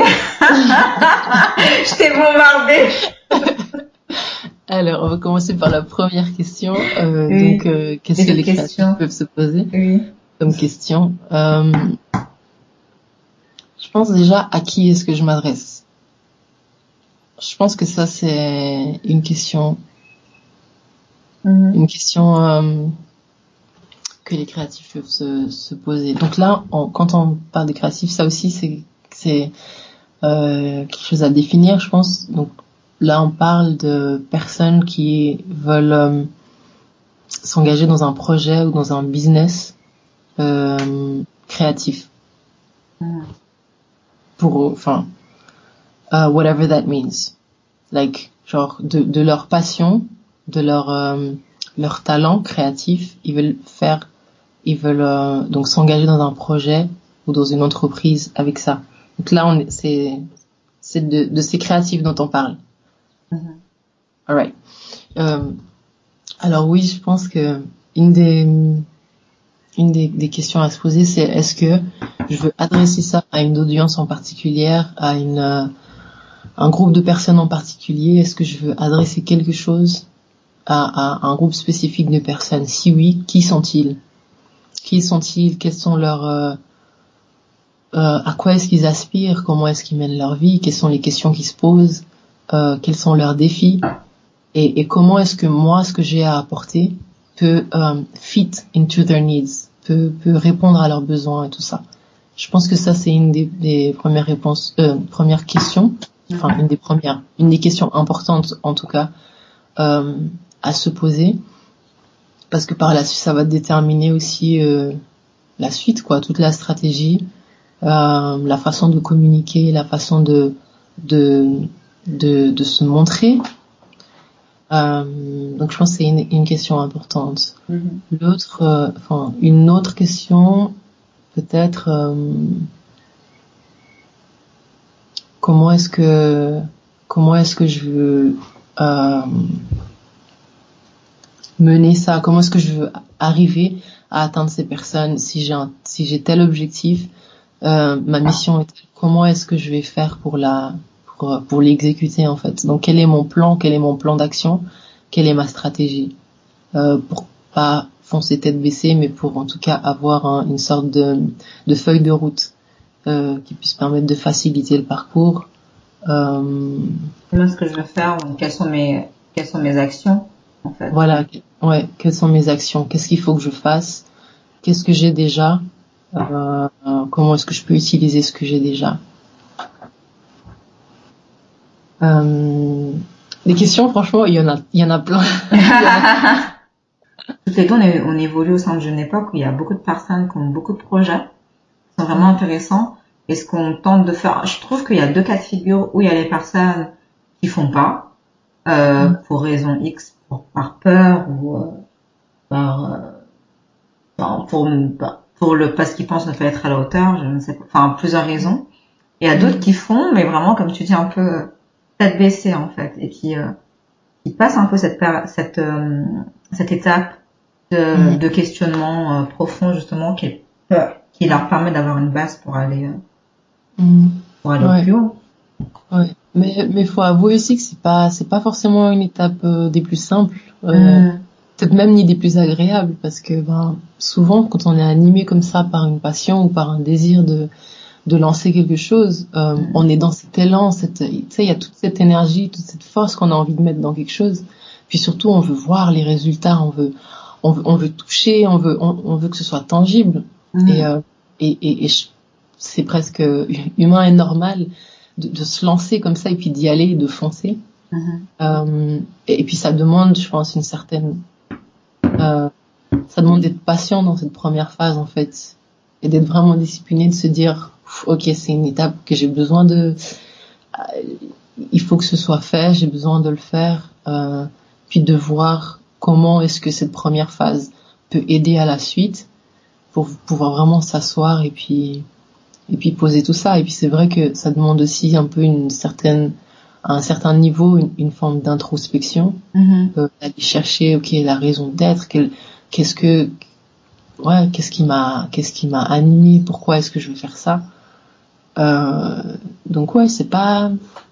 Je t'ai bombardée. Alors, on va commencer par la première question. Oui. Donc, qu'est-ce que les créatifs peuvent se poser comme question? Je pense déjà à qui est-ce que je m'adresse. Je pense que ça, c'est une question, que les créatifs peuvent se poser. Donc là, quand on parle des créatifs, ça aussi, c'est quelque chose à définir, je pense. Donc là, on parle de personnes qui veulent s'engager dans un projet ou dans un business créatif. Whatever that means. Like, genre, de leur passion, de leur talent créatif, ils veulent donc s'engager dans un projet ou dans une entreprise avec ça. Donc là, c'est de ces créatifs dont on parle. Alright. Alors oui, je pense que une des questions à se poser, c'est est-ce que je veux adresser ça à une audience en particulier, à un groupe de personnes en particulier? Est-ce que je veux adresser quelque chose à un groupe spécifique de personnes? Si oui, qui sont-ils? Quels sont leurs à quoi est-ce qu'ils aspirent? Comment est-ce qu'ils mènent leur vie? Quelles sont les questions qui se posent? Quels sont leurs défis? Et comment est-ce que moi, ce que j'ai à apporter peut fit into their needs, peut répondre à leurs besoins et tout ça. Je pense que ça, c'est une des premières premières questions, enfin une des questions importantes en tout cas à se poser, parce que par la suite, ça va déterminer aussi la suite, quoi, toute la stratégie, la façon de communiquer, la façon de se montrer. Donc je pense que c'est une question importante. Une autre question peut-être, comment est-ce que je veux mener ça? Comment est-ce que je veux arriver à atteindre ces personnes? Si j'ai tel objectif, ma mission est telle, comment est-ce que je vais faire pour l'exécuter en fait? Donc quel est mon plan d'action? Quelle est ma stratégie? Pour pas foncer tête baissée, mais pour en tout cas avoir une sorte de feuille de route qui puisse permettre de faciliter le parcours. Moi, ce que je veux faire, quelles sont mes actions en fait? Voilà, ouais, quelles sont mes actions? Qu'est-ce qu'il faut que je fasse? Qu'est-ce que j'ai déjà? Comment est-ce que je peux utiliser ce que j'ai déjà? Des questions, franchement, il y en a plein. Toutes les deux, on évolue au sein de Jeune Époque où il y a beaucoup de personnes qui ont beaucoup de projets, qui sont vraiment intéressants. Et ce qu'on tente de faire, je trouve qu'il y a deux cas de figure où il y a les personnes qui font pas, pour raison X, par peur ou parce qu'ils pensent ne pas être à la hauteur, je ne sais pas, enfin plusieurs raisons. Et il y a d'autres qui font, mais vraiment comme tu dis un peu tête baissée en fait, et qui passent un peu cette étape de questionnement profond justement qui leur permet d'avoir une base pour aller au plus haut. Ouais. Mais faut avouer aussi que c'est pas forcément une étape des plus simples. Peut-être même ni des plus agréables, parce que souvent quand on est animé comme ça par une passion ou par un désir de lancer quelque chose, on est dans cet élan, tu sais, il y a toute cette énergie, toute cette force qu'on a envie de mettre dans quelque chose. Puis surtout, on veut voir les résultats, on veut toucher, on veut que ce soit tangible. Et c'est presque humain et normal de se lancer comme ça et puis d'y aller et de foncer. Et puis ça demande, je pense, une certaine ça demande d'être patient dans cette première phase en fait, et d'être vraiment discipliné, de se dire ok, c'est une étape que j'ai besoin il faut que ce soit fait, j'ai besoin de le faire, puis de voir comment est-ce que cette première phase peut aider à la suite pour pouvoir vraiment s'asseoir et puis poser tout ça. Et puis c'est vrai que ça demande aussi un peu à un certain niveau une forme d'introspection, aller chercher la raison d'être, qu'est-ce qui m'a animé, pourquoi est-ce que je veux faire ça. Donc c'est pas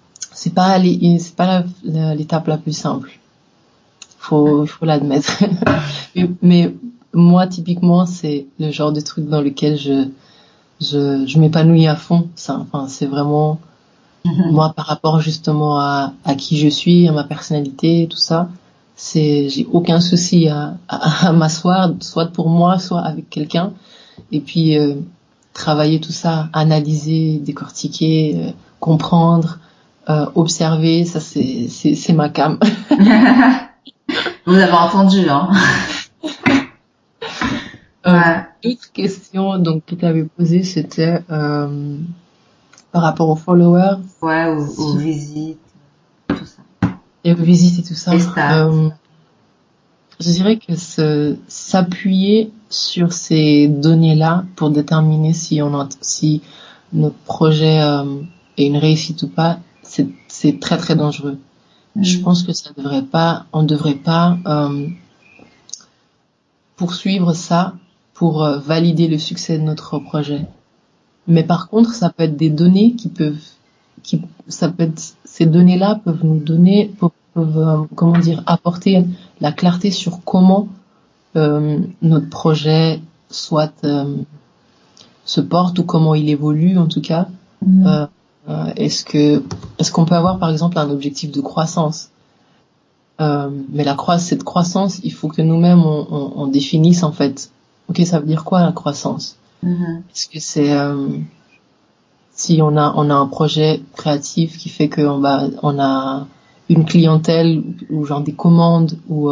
l'étape la plus simple, faut l'admettre. mais moi typiquement c'est le genre de truc dans lequel je m'épanouis à fond. C'est vraiment moi par rapport justement à qui je suis, à ma personnalité, tout ça. J'ai aucun souci à m'asseoir, soit pour moi, soit avec quelqu'un, et puis travailler tout ça, analyser, décortiquer, comprendre, observer. Ça c'est ma came. Vous avez entendu, hein. Autre question donc que tu avais posée, c'était par rapport aux followers. Ouais, aux visites, tout ça. Et aux visites et tout ça. Les stats. Je dirais que s'appuyer sur ces données-là pour déterminer si notre projet est une réussite ou pas, c'est très très dangereux. Je pense que on devrait pas poursuivre ça pour valider le succès de notre projet. Mais par contre, ça peut être des données ces données-là peuvent nous donner, apporter la clarté sur comment notre projet se porte, ou comment il évolue en tout cas. Est-ce qu'on peut avoir par exemple un objectif de croissance, mais cette croissance, il faut que nous-mêmes on définisse en fait. Ok, ça veut dire quoi la croissance? Est-ce que c'est si on a un projet créatif qui fait qu'on a une clientèle ou genre des commandes ou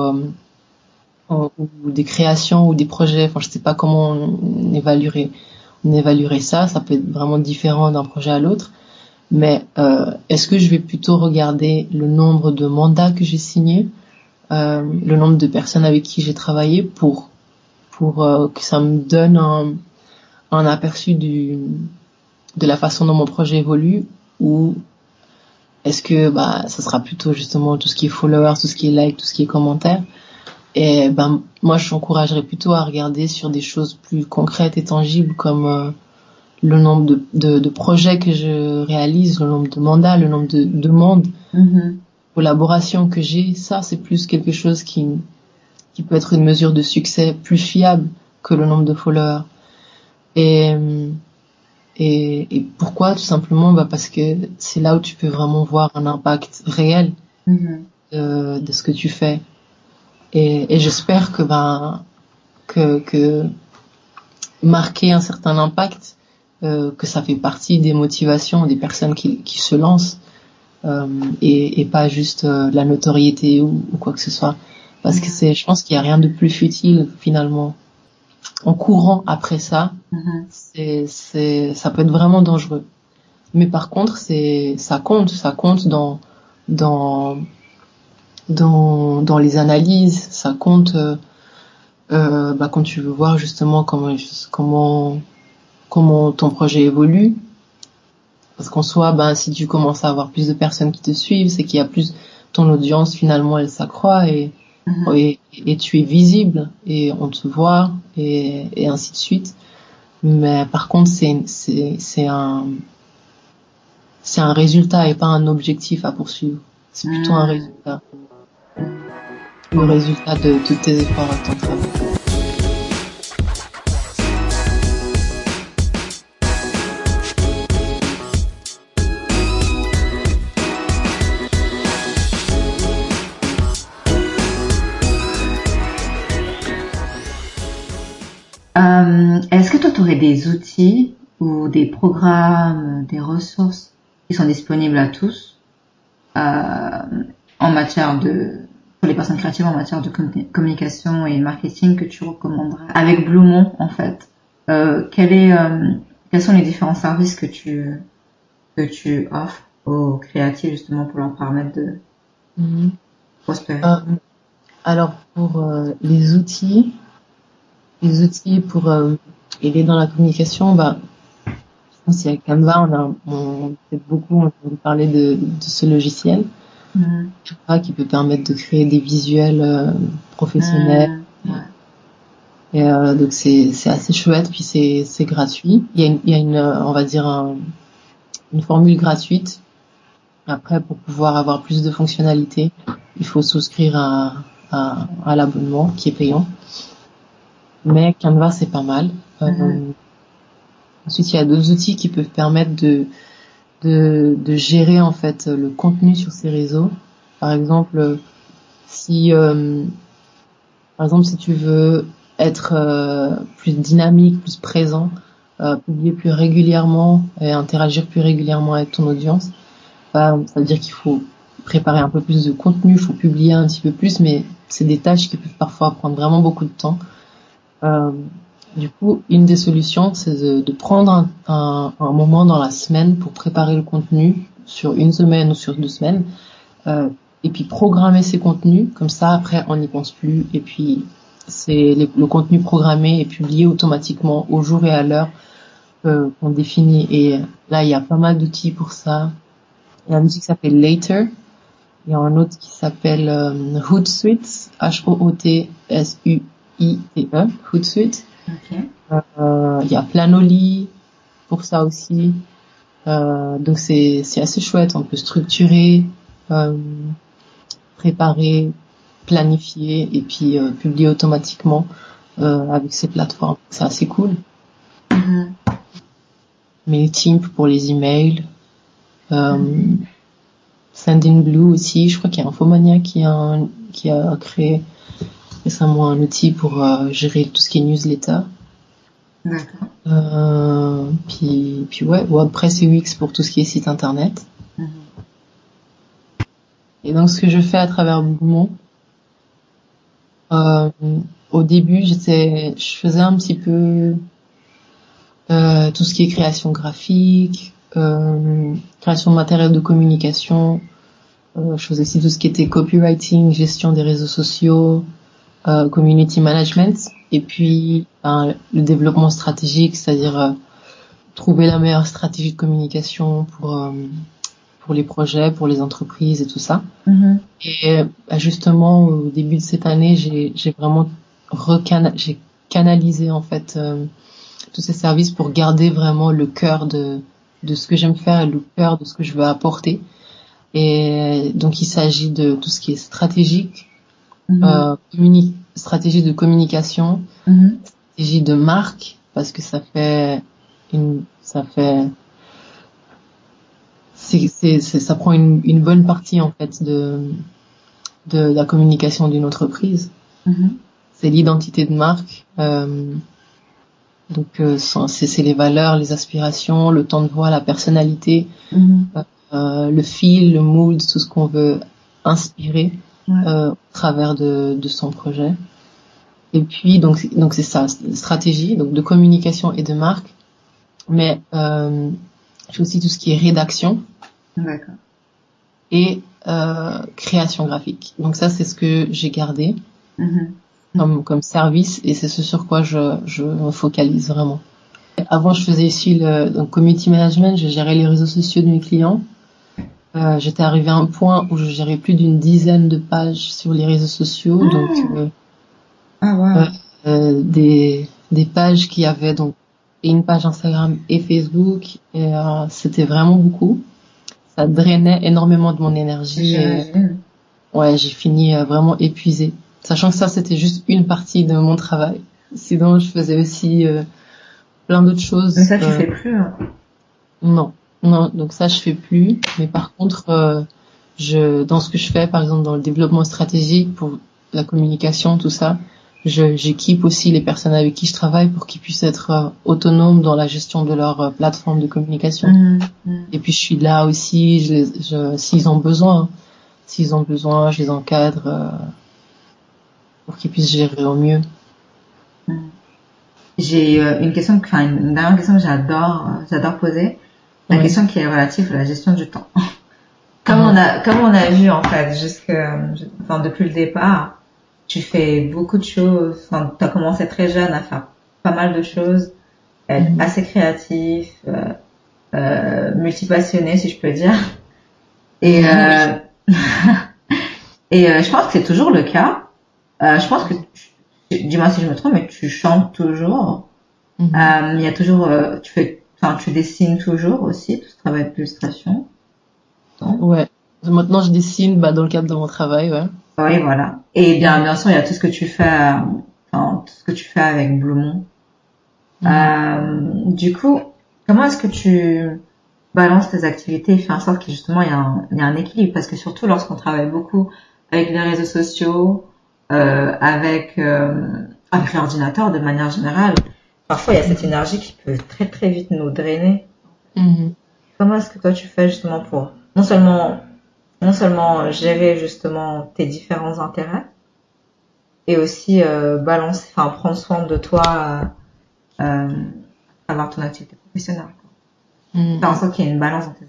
des créations ou des projets, je sais pas comment on évaluerait ça peut être vraiment différent d'un projet à l'autre. Mais est-ce que je vais plutôt regarder le nombre de mandats que j'ai signés, le nombre de personnes avec qui j'ai travaillé pour que ça me donne un aperçu de la façon dont mon projet évolue, ou est-ce que ça sera plutôt justement tout ce qui est followers, tout ce qui est like, tout ce qui est commentaires. Et moi j'encouragerais plutôt à regarder sur des choses plus concrètes et tangibles, comme le nombre de projets que je réalise, le nombre de mandats, le nombre de demandes, collaborations que j'ai. Ça c'est plus quelque chose qui peut être une mesure de succès plus fiable que le nombre de followers. Et pourquoi? Tout simplement parce que c'est là où tu peux vraiment voir un impact réel de ce que tu fais. Et j'espère que marquer un certain impact, que ça fait partie des motivations des personnes qui se lancent, et pas juste de la notoriété ou quoi que ce soit. Parce que je pense qu'il y a rien de plus futile finalement. En courant après ça, ça peut être vraiment dangereux. Mais par contre, ça compte dans les analyses, ça compte quand tu veux voir justement comment ton projet évolue. Parce qu'en soi, si tu commences à avoir plus de personnes qui te suivent, c'est qu'il y a plus, ton audience finalement elle s'accroît et tu es visible et on te voit et ainsi de suite. Mais par contre c'est un résultat et pas un objectif à poursuivre. C'est plutôt un résultat. Le résultat de tous tes efforts et ton travail. Est-ce que toi, tu aurais des outils ou des programmes, des ressources qui sont disponibles à tous en matière pour les personnes créatives en matière de communication et marketing que tu recommanderais avec Bloomon en fait? Quels sont les différents services que tu offres aux créatifs justement pour leur permettre de prospérer? Alors pour les outils pour aider dans la communication, je pense qu'il y a Canva, on fait beaucoup entendu parler de ce logiciel. Canva qui peut permettre de créer des visuels professionnels. Et donc c'est assez chouette, puis c'est gratuit. Il y a une on va dire une formule gratuite. Après, pour pouvoir avoir plus de fonctionnalités, il faut souscrire à l'abonnement qui est payant. Mais Canva, c'est pas mal. Ensuite, il y a d'autres outils qui peuvent permettre de gérer, en fait, le contenu sur ces réseaux. Par exemple, si tu veux être plus dynamique, plus présent, publier plus régulièrement et interagir plus régulièrement avec ton audience, ça veut dire qu'il faut préparer un peu plus de contenu, il faut publier un petit peu plus, mais c'est des tâches qui peuvent parfois prendre vraiment beaucoup de temps. Du coup, une des solutions, c'est de prendre un moment dans la semaine pour préparer le contenu sur une semaine ou sur 2 semaines, et puis programmer ces contenus. Comme ça, après, on n'y pense plus. Et puis, le contenu programmé est publié automatiquement au jour et à l'heure qu'on définit. Et là, il y a pas mal d'outils pour ça. Il y a un outil qui s'appelle Later. Il y a un autre qui s'appelle Hootsuite, Hootsuite, Hootsuite. Okay. Il y a Planoly pour ça aussi. Donc c'est assez chouette. On peut structurer, préparer, planifier et puis publier automatiquement avec ces plateformes. C'est assez cool. Mailchimp pour les emails. Sendinblue aussi. Je crois qu'il y a Infomania qui a créé récemment un outil pour gérer tout ce qui est newsletter. D'accord. Puis ouais, WordPress et Wix pour tout ce qui est site internet. Et donc ce que je fais à travers Bloomon, au début je faisais un petit peu tout ce qui est création graphique, création de matériel de communication. Je faisais aussi tout ce qui était copywriting, gestion des réseaux sociaux, community management, et puis le développement stratégique, c'est-à-dire trouver la meilleure stratégie de communication pour les projets, pour les entreprises et tout ça. Et justement au début de cette année, j'ai vraiment j'ai canalisé en fait tous ces services pour garder vraiment le cœur de ce que j'aime faire et le cœur de ce que je veux apporter. Et donc il s'agit de tout ce qui est stratégique, stratégie de communication, stratégie de marque, parce que ça prend une bonne partie en fait de la communication d'une entreprise. C'est l'identité de marque. Donc c'est les valeurs, les aspirations, le ton de voix, la personnalité, le feel, le mood, tout ce qu'on veut inspirer au travers de son projet. Et puis donc c'est ça, stratégie donc de communication et de marque. Mais j'ai aussi tout ce qui est rédaction. D'accord. Et création graphique. Donc ça c'est ce que j'ai gardé. comme service, et c'est ce sur quoi je me focalise vraiment. Avant, je faisais ici donc community management, je gérais les réseaux sociaux de mes clients. J'étais arrivée à un point où je gérais plus d'une dizaine de pages sur les réseaux sociaux, donc des pages qui avaient donc une page Instagram et Facebook, et c'était vraiment beaucoup. Ça drainait énormément de mon énergie. Ouais, j'ai fini vraiment épuisée, sachant que ça c'était juste une partie de mon travail. Sinon, je faisais aussi plein d'autres choses. Mais ça, tu fais plus, hein. Non, donc ça je fais plus. Mais par contre, dans ce que je fais, par exemple dans le développement stratégique pour la communication, tout ça, j'équipe aussi les personnes avec qui je travaille pour qu'ils puissent être autonomes dans la gestion de leur plateforme de communication. Et puis je suis là aussi, s'ils ont besoin, je les encadre pour qu'ils puissent gérer au mieux. J'ai une dernière question que j'adore poser. La question qui est relative à la gestion du temps. Comme on a vu en fait depuis le départ, tu fais beaucoup de choses. Enfin, tu as commencé très jeune à faire pas mal de choses, être assez créatif, multipassionné si je peux dire. Et je pense que c'est toujours le cas. Je pense que dis-moi si je me trompe, mais tu chantes toujours. Il y a toujours, tu dessines toujours aussi, tout ce travail d'illustration. Ouais. Maintenant, je dessine, dans le cadre de mon travail, ouais. Oui, voilà. Et bien sûr, il y a tout ce que tu fais, tout ce que tu fais avec Bloumont. Du coup, comment est-ce que tu balances tes activités et fais en sorte que justement il y a un équilibre, parce que surtout lorsqu'on travaille beaucoup avec les réseaux sociaux, avec l'ordinateur de manière générale, parfois il y a cette énergie qui peut très très vite nous drainer. Comment est-ce que toi tu fais justement pour non seulement gérer justement tes différents intérêts et aussi prendre soin de toi à travers ton activité professionnelle, faire en sorte qu'il y ait une balance dans tes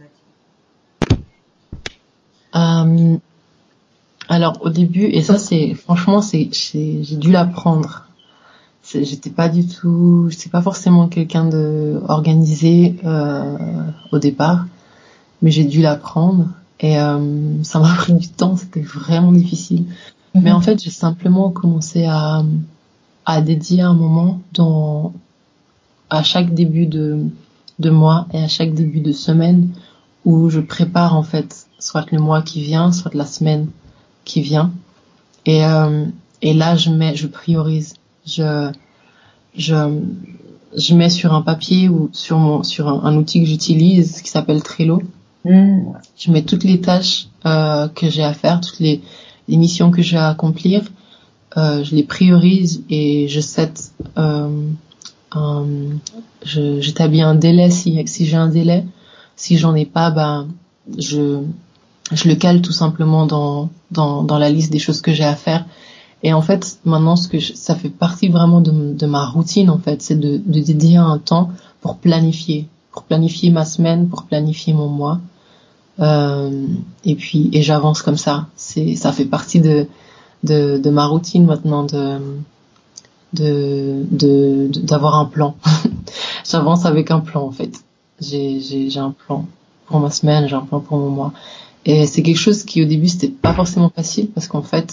activités. Alors au début, et ça j'ai dû l'apprendre. J'étais pas forcément quelqu'un de organisé au départ, mais j'ai dû l'apprendre, et ça m'a pris du temps, c'était vraiment difficile. Mais en fait, j'ai simplement commencé à dédier un moment à chaque début de mois et à chaque début de semaine où je prépare en fait soit le mois qui vient, soit la semaine qui vient, et là je priorise, je mets sur un papier ou sur un outil que j'utilise qui s'appelle Trello. Je mets toutes les tâches que j'ai à faire, toutes les missions que j'ai à accomplir, je les priorise et j'établis un délai si j'ai un délai. Si j'en ai pas, je le cale tout simplement dans la liste des choses que j'ai à faire. Et en fait, maintenant, ça fait partie vraiment de ma routine, en fait, c'est de dédier un temps pour planifier ma semaine, pour planifier mon mois. Et j'avance comme ça. Ça fait partie de ma routine maintenant d'avoir un plan. J'avance avec un plan, en fait. J'ai un plan pour ma semaine, j'ai un plan pour mon mois. Et c'est quelque chose qui, au début, c'était pas forcément facile parce qu'en fait,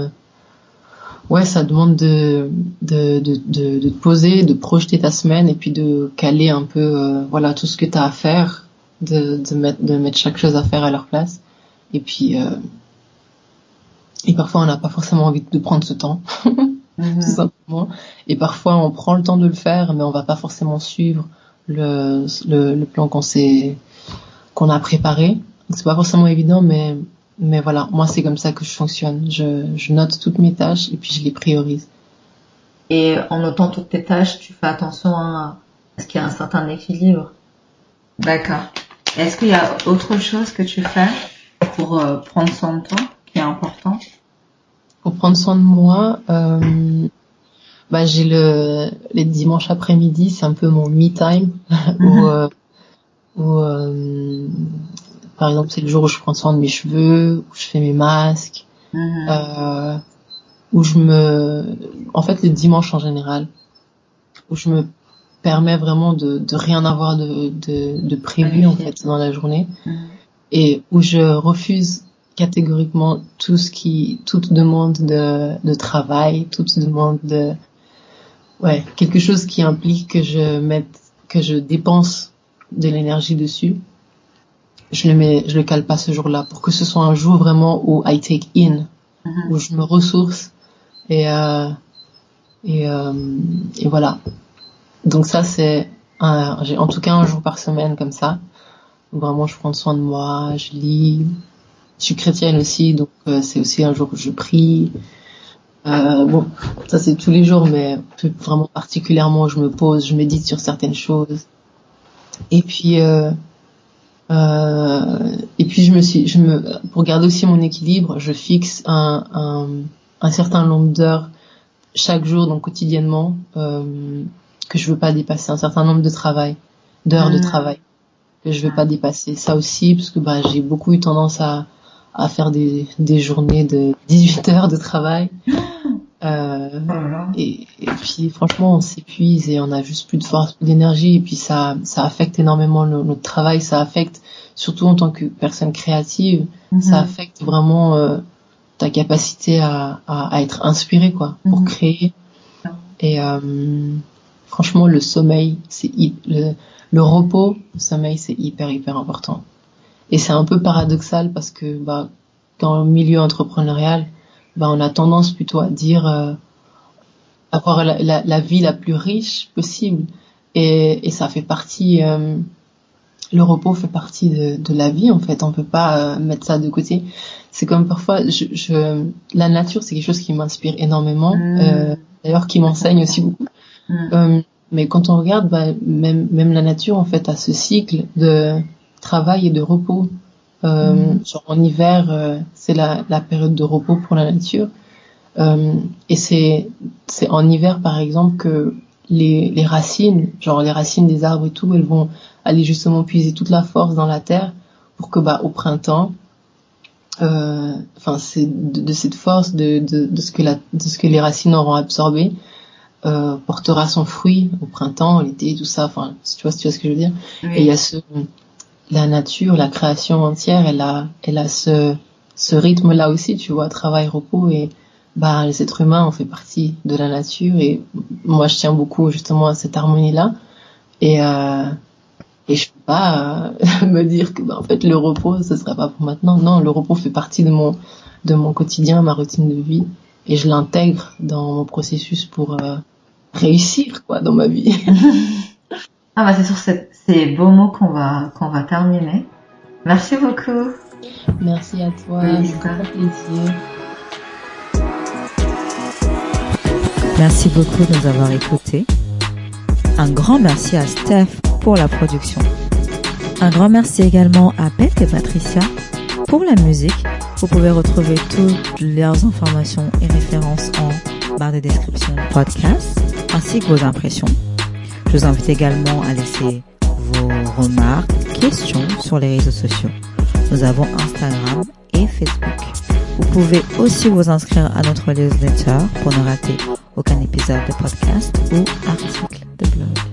ça demande de te poser, de projeter ta semaine et puis de caler un peu, tout ce que t'as à faire, de mettre chaque chose à faire à leur place. Et puis, parfois on n'a pas forcément envie de prendre ce temps, tout simplement. Et parfois on prend le temps de le faire, mais on va pas forcément suivre le plan qu'on a préparé. C'est pas forcément évident, mais voilà, moi c'est comme ça que je fonctionne. Je note toutes mes tâches et puis je les priorise. Et en notant toutes tes tâches, tu fais attention à ce qu'il y a un certain équilibre. D'accord. Est-ce qu'il y a autre chose que tu fais pour prendre soin de toi qui est important? Pour prendre soin de moi, j'ai les dimanches après-midi, c'est un peu mon me time où par exemple, c'est le jour où je prends soin de mes cheveux, où je fais mes masques, où en fait, le dimanche en général, où je me permets vraiment de rien avoir de prévu, en fait, dans la journée, et où je refuse catégoriquement toute demande de travail, toute demande quelque chose qui implique que je dépense de l'énergie dessus. Je le cale pas ce jour-là, pour que ce soit un jour vraiment où I take in, où je me ressource, et voilà. Donc ça, j'ai en tout cas un jour par semaine comme ça, où vraiment je prends soin de moi, je lis. Je suis chrétienne aussi, donc c'est aussi un jour où je prie. Bon, ça c'est tous les jours, mais vraiment particulièrement, je me pose, je médite sur certaines choses. Et puis pour garder aussi mon équilibre, je fixe un certain nombre d'heures chaque jour, donc quotidiennement, que je veux pas dépasser, un certain nombre d'heures de travail que je veux pas dépasser. Ça aussi, parce que j'ai beaucoup eu tendance à faire des journées de 18 heures de travail. Et puis franchement, on s'épuise et on a juste plus de force, plus d'énergie, et puis ça affecte énormément notre travail, ça affecte, surtout en tant que personne créative, ça affecte vraiment ta capacité à être inspiré, quoi, pour créer. Et franchement, le sommeil, le repos, le sommeil, c'est hyper important. Et c'est un peu paradoxal parce que dans le milieu entrepreneurial, on a tendance plutôt à dire avoir la vie la plus riche possible, et ça fait partie, le repos fait partie de la vie, en fait. On peut pas mettre ça de côté. C'est comme parfois la nature, c'est quelque chose qui m'inspire énormément, d'ailleurs qui m'enseigne aussi beaucoup. Mais quand on regarde, même la nature, en fait, a ce cycle de travail et de repos. Genre en hiver, c'est la période de repos pour la nature, et c'est en hiver, par exemple, que les racines, genre les racines des arbres et tout, elles vont aller justement puiser toute la force dans la terre pour que au printemps, c'est de cette force de ce que les racines auront absorbé, portera son fruit au printemps, l'été, tout ça. Enfin, tu vois ce que je veux dire. Oui. Et il y a la nature, la création entière, elle a ce rythme-là aussi, tu vois, travail, repos, et les êtres humains, on fait partie de la nature, et moi je tiens beaucoup justement à cette harmonie-là, et je peux pas me dire que en fait le repos ce serait pas pour maintenant. Non, le repos fait partie de mon quotidien, ma routine de vie, et je l'intègre dans mon processus pour réussir, quoi, dans ma vie. C'est sur ces beaux mots qu'on va terminer. Merci beaucoup. Merci à toi. C'est un plaisir. Merci beaucoup de nous avoir écoutés. Un grand merci à Steph pour la production. Un grand merci également à Beth et Patricia pour la musique. Vous pouvez retrouver toutes leurs informations et références en barre de description du podcast, ainsi que vos impressions. Je vous invite également à laisser vos remarques, questions sur les réseaux sociaux. Nous avons Instagram et Facebook. Vous pouvez aussi vous inscrire à notre newsletter pour ne rater aucun épisode de podcast ou article de blog.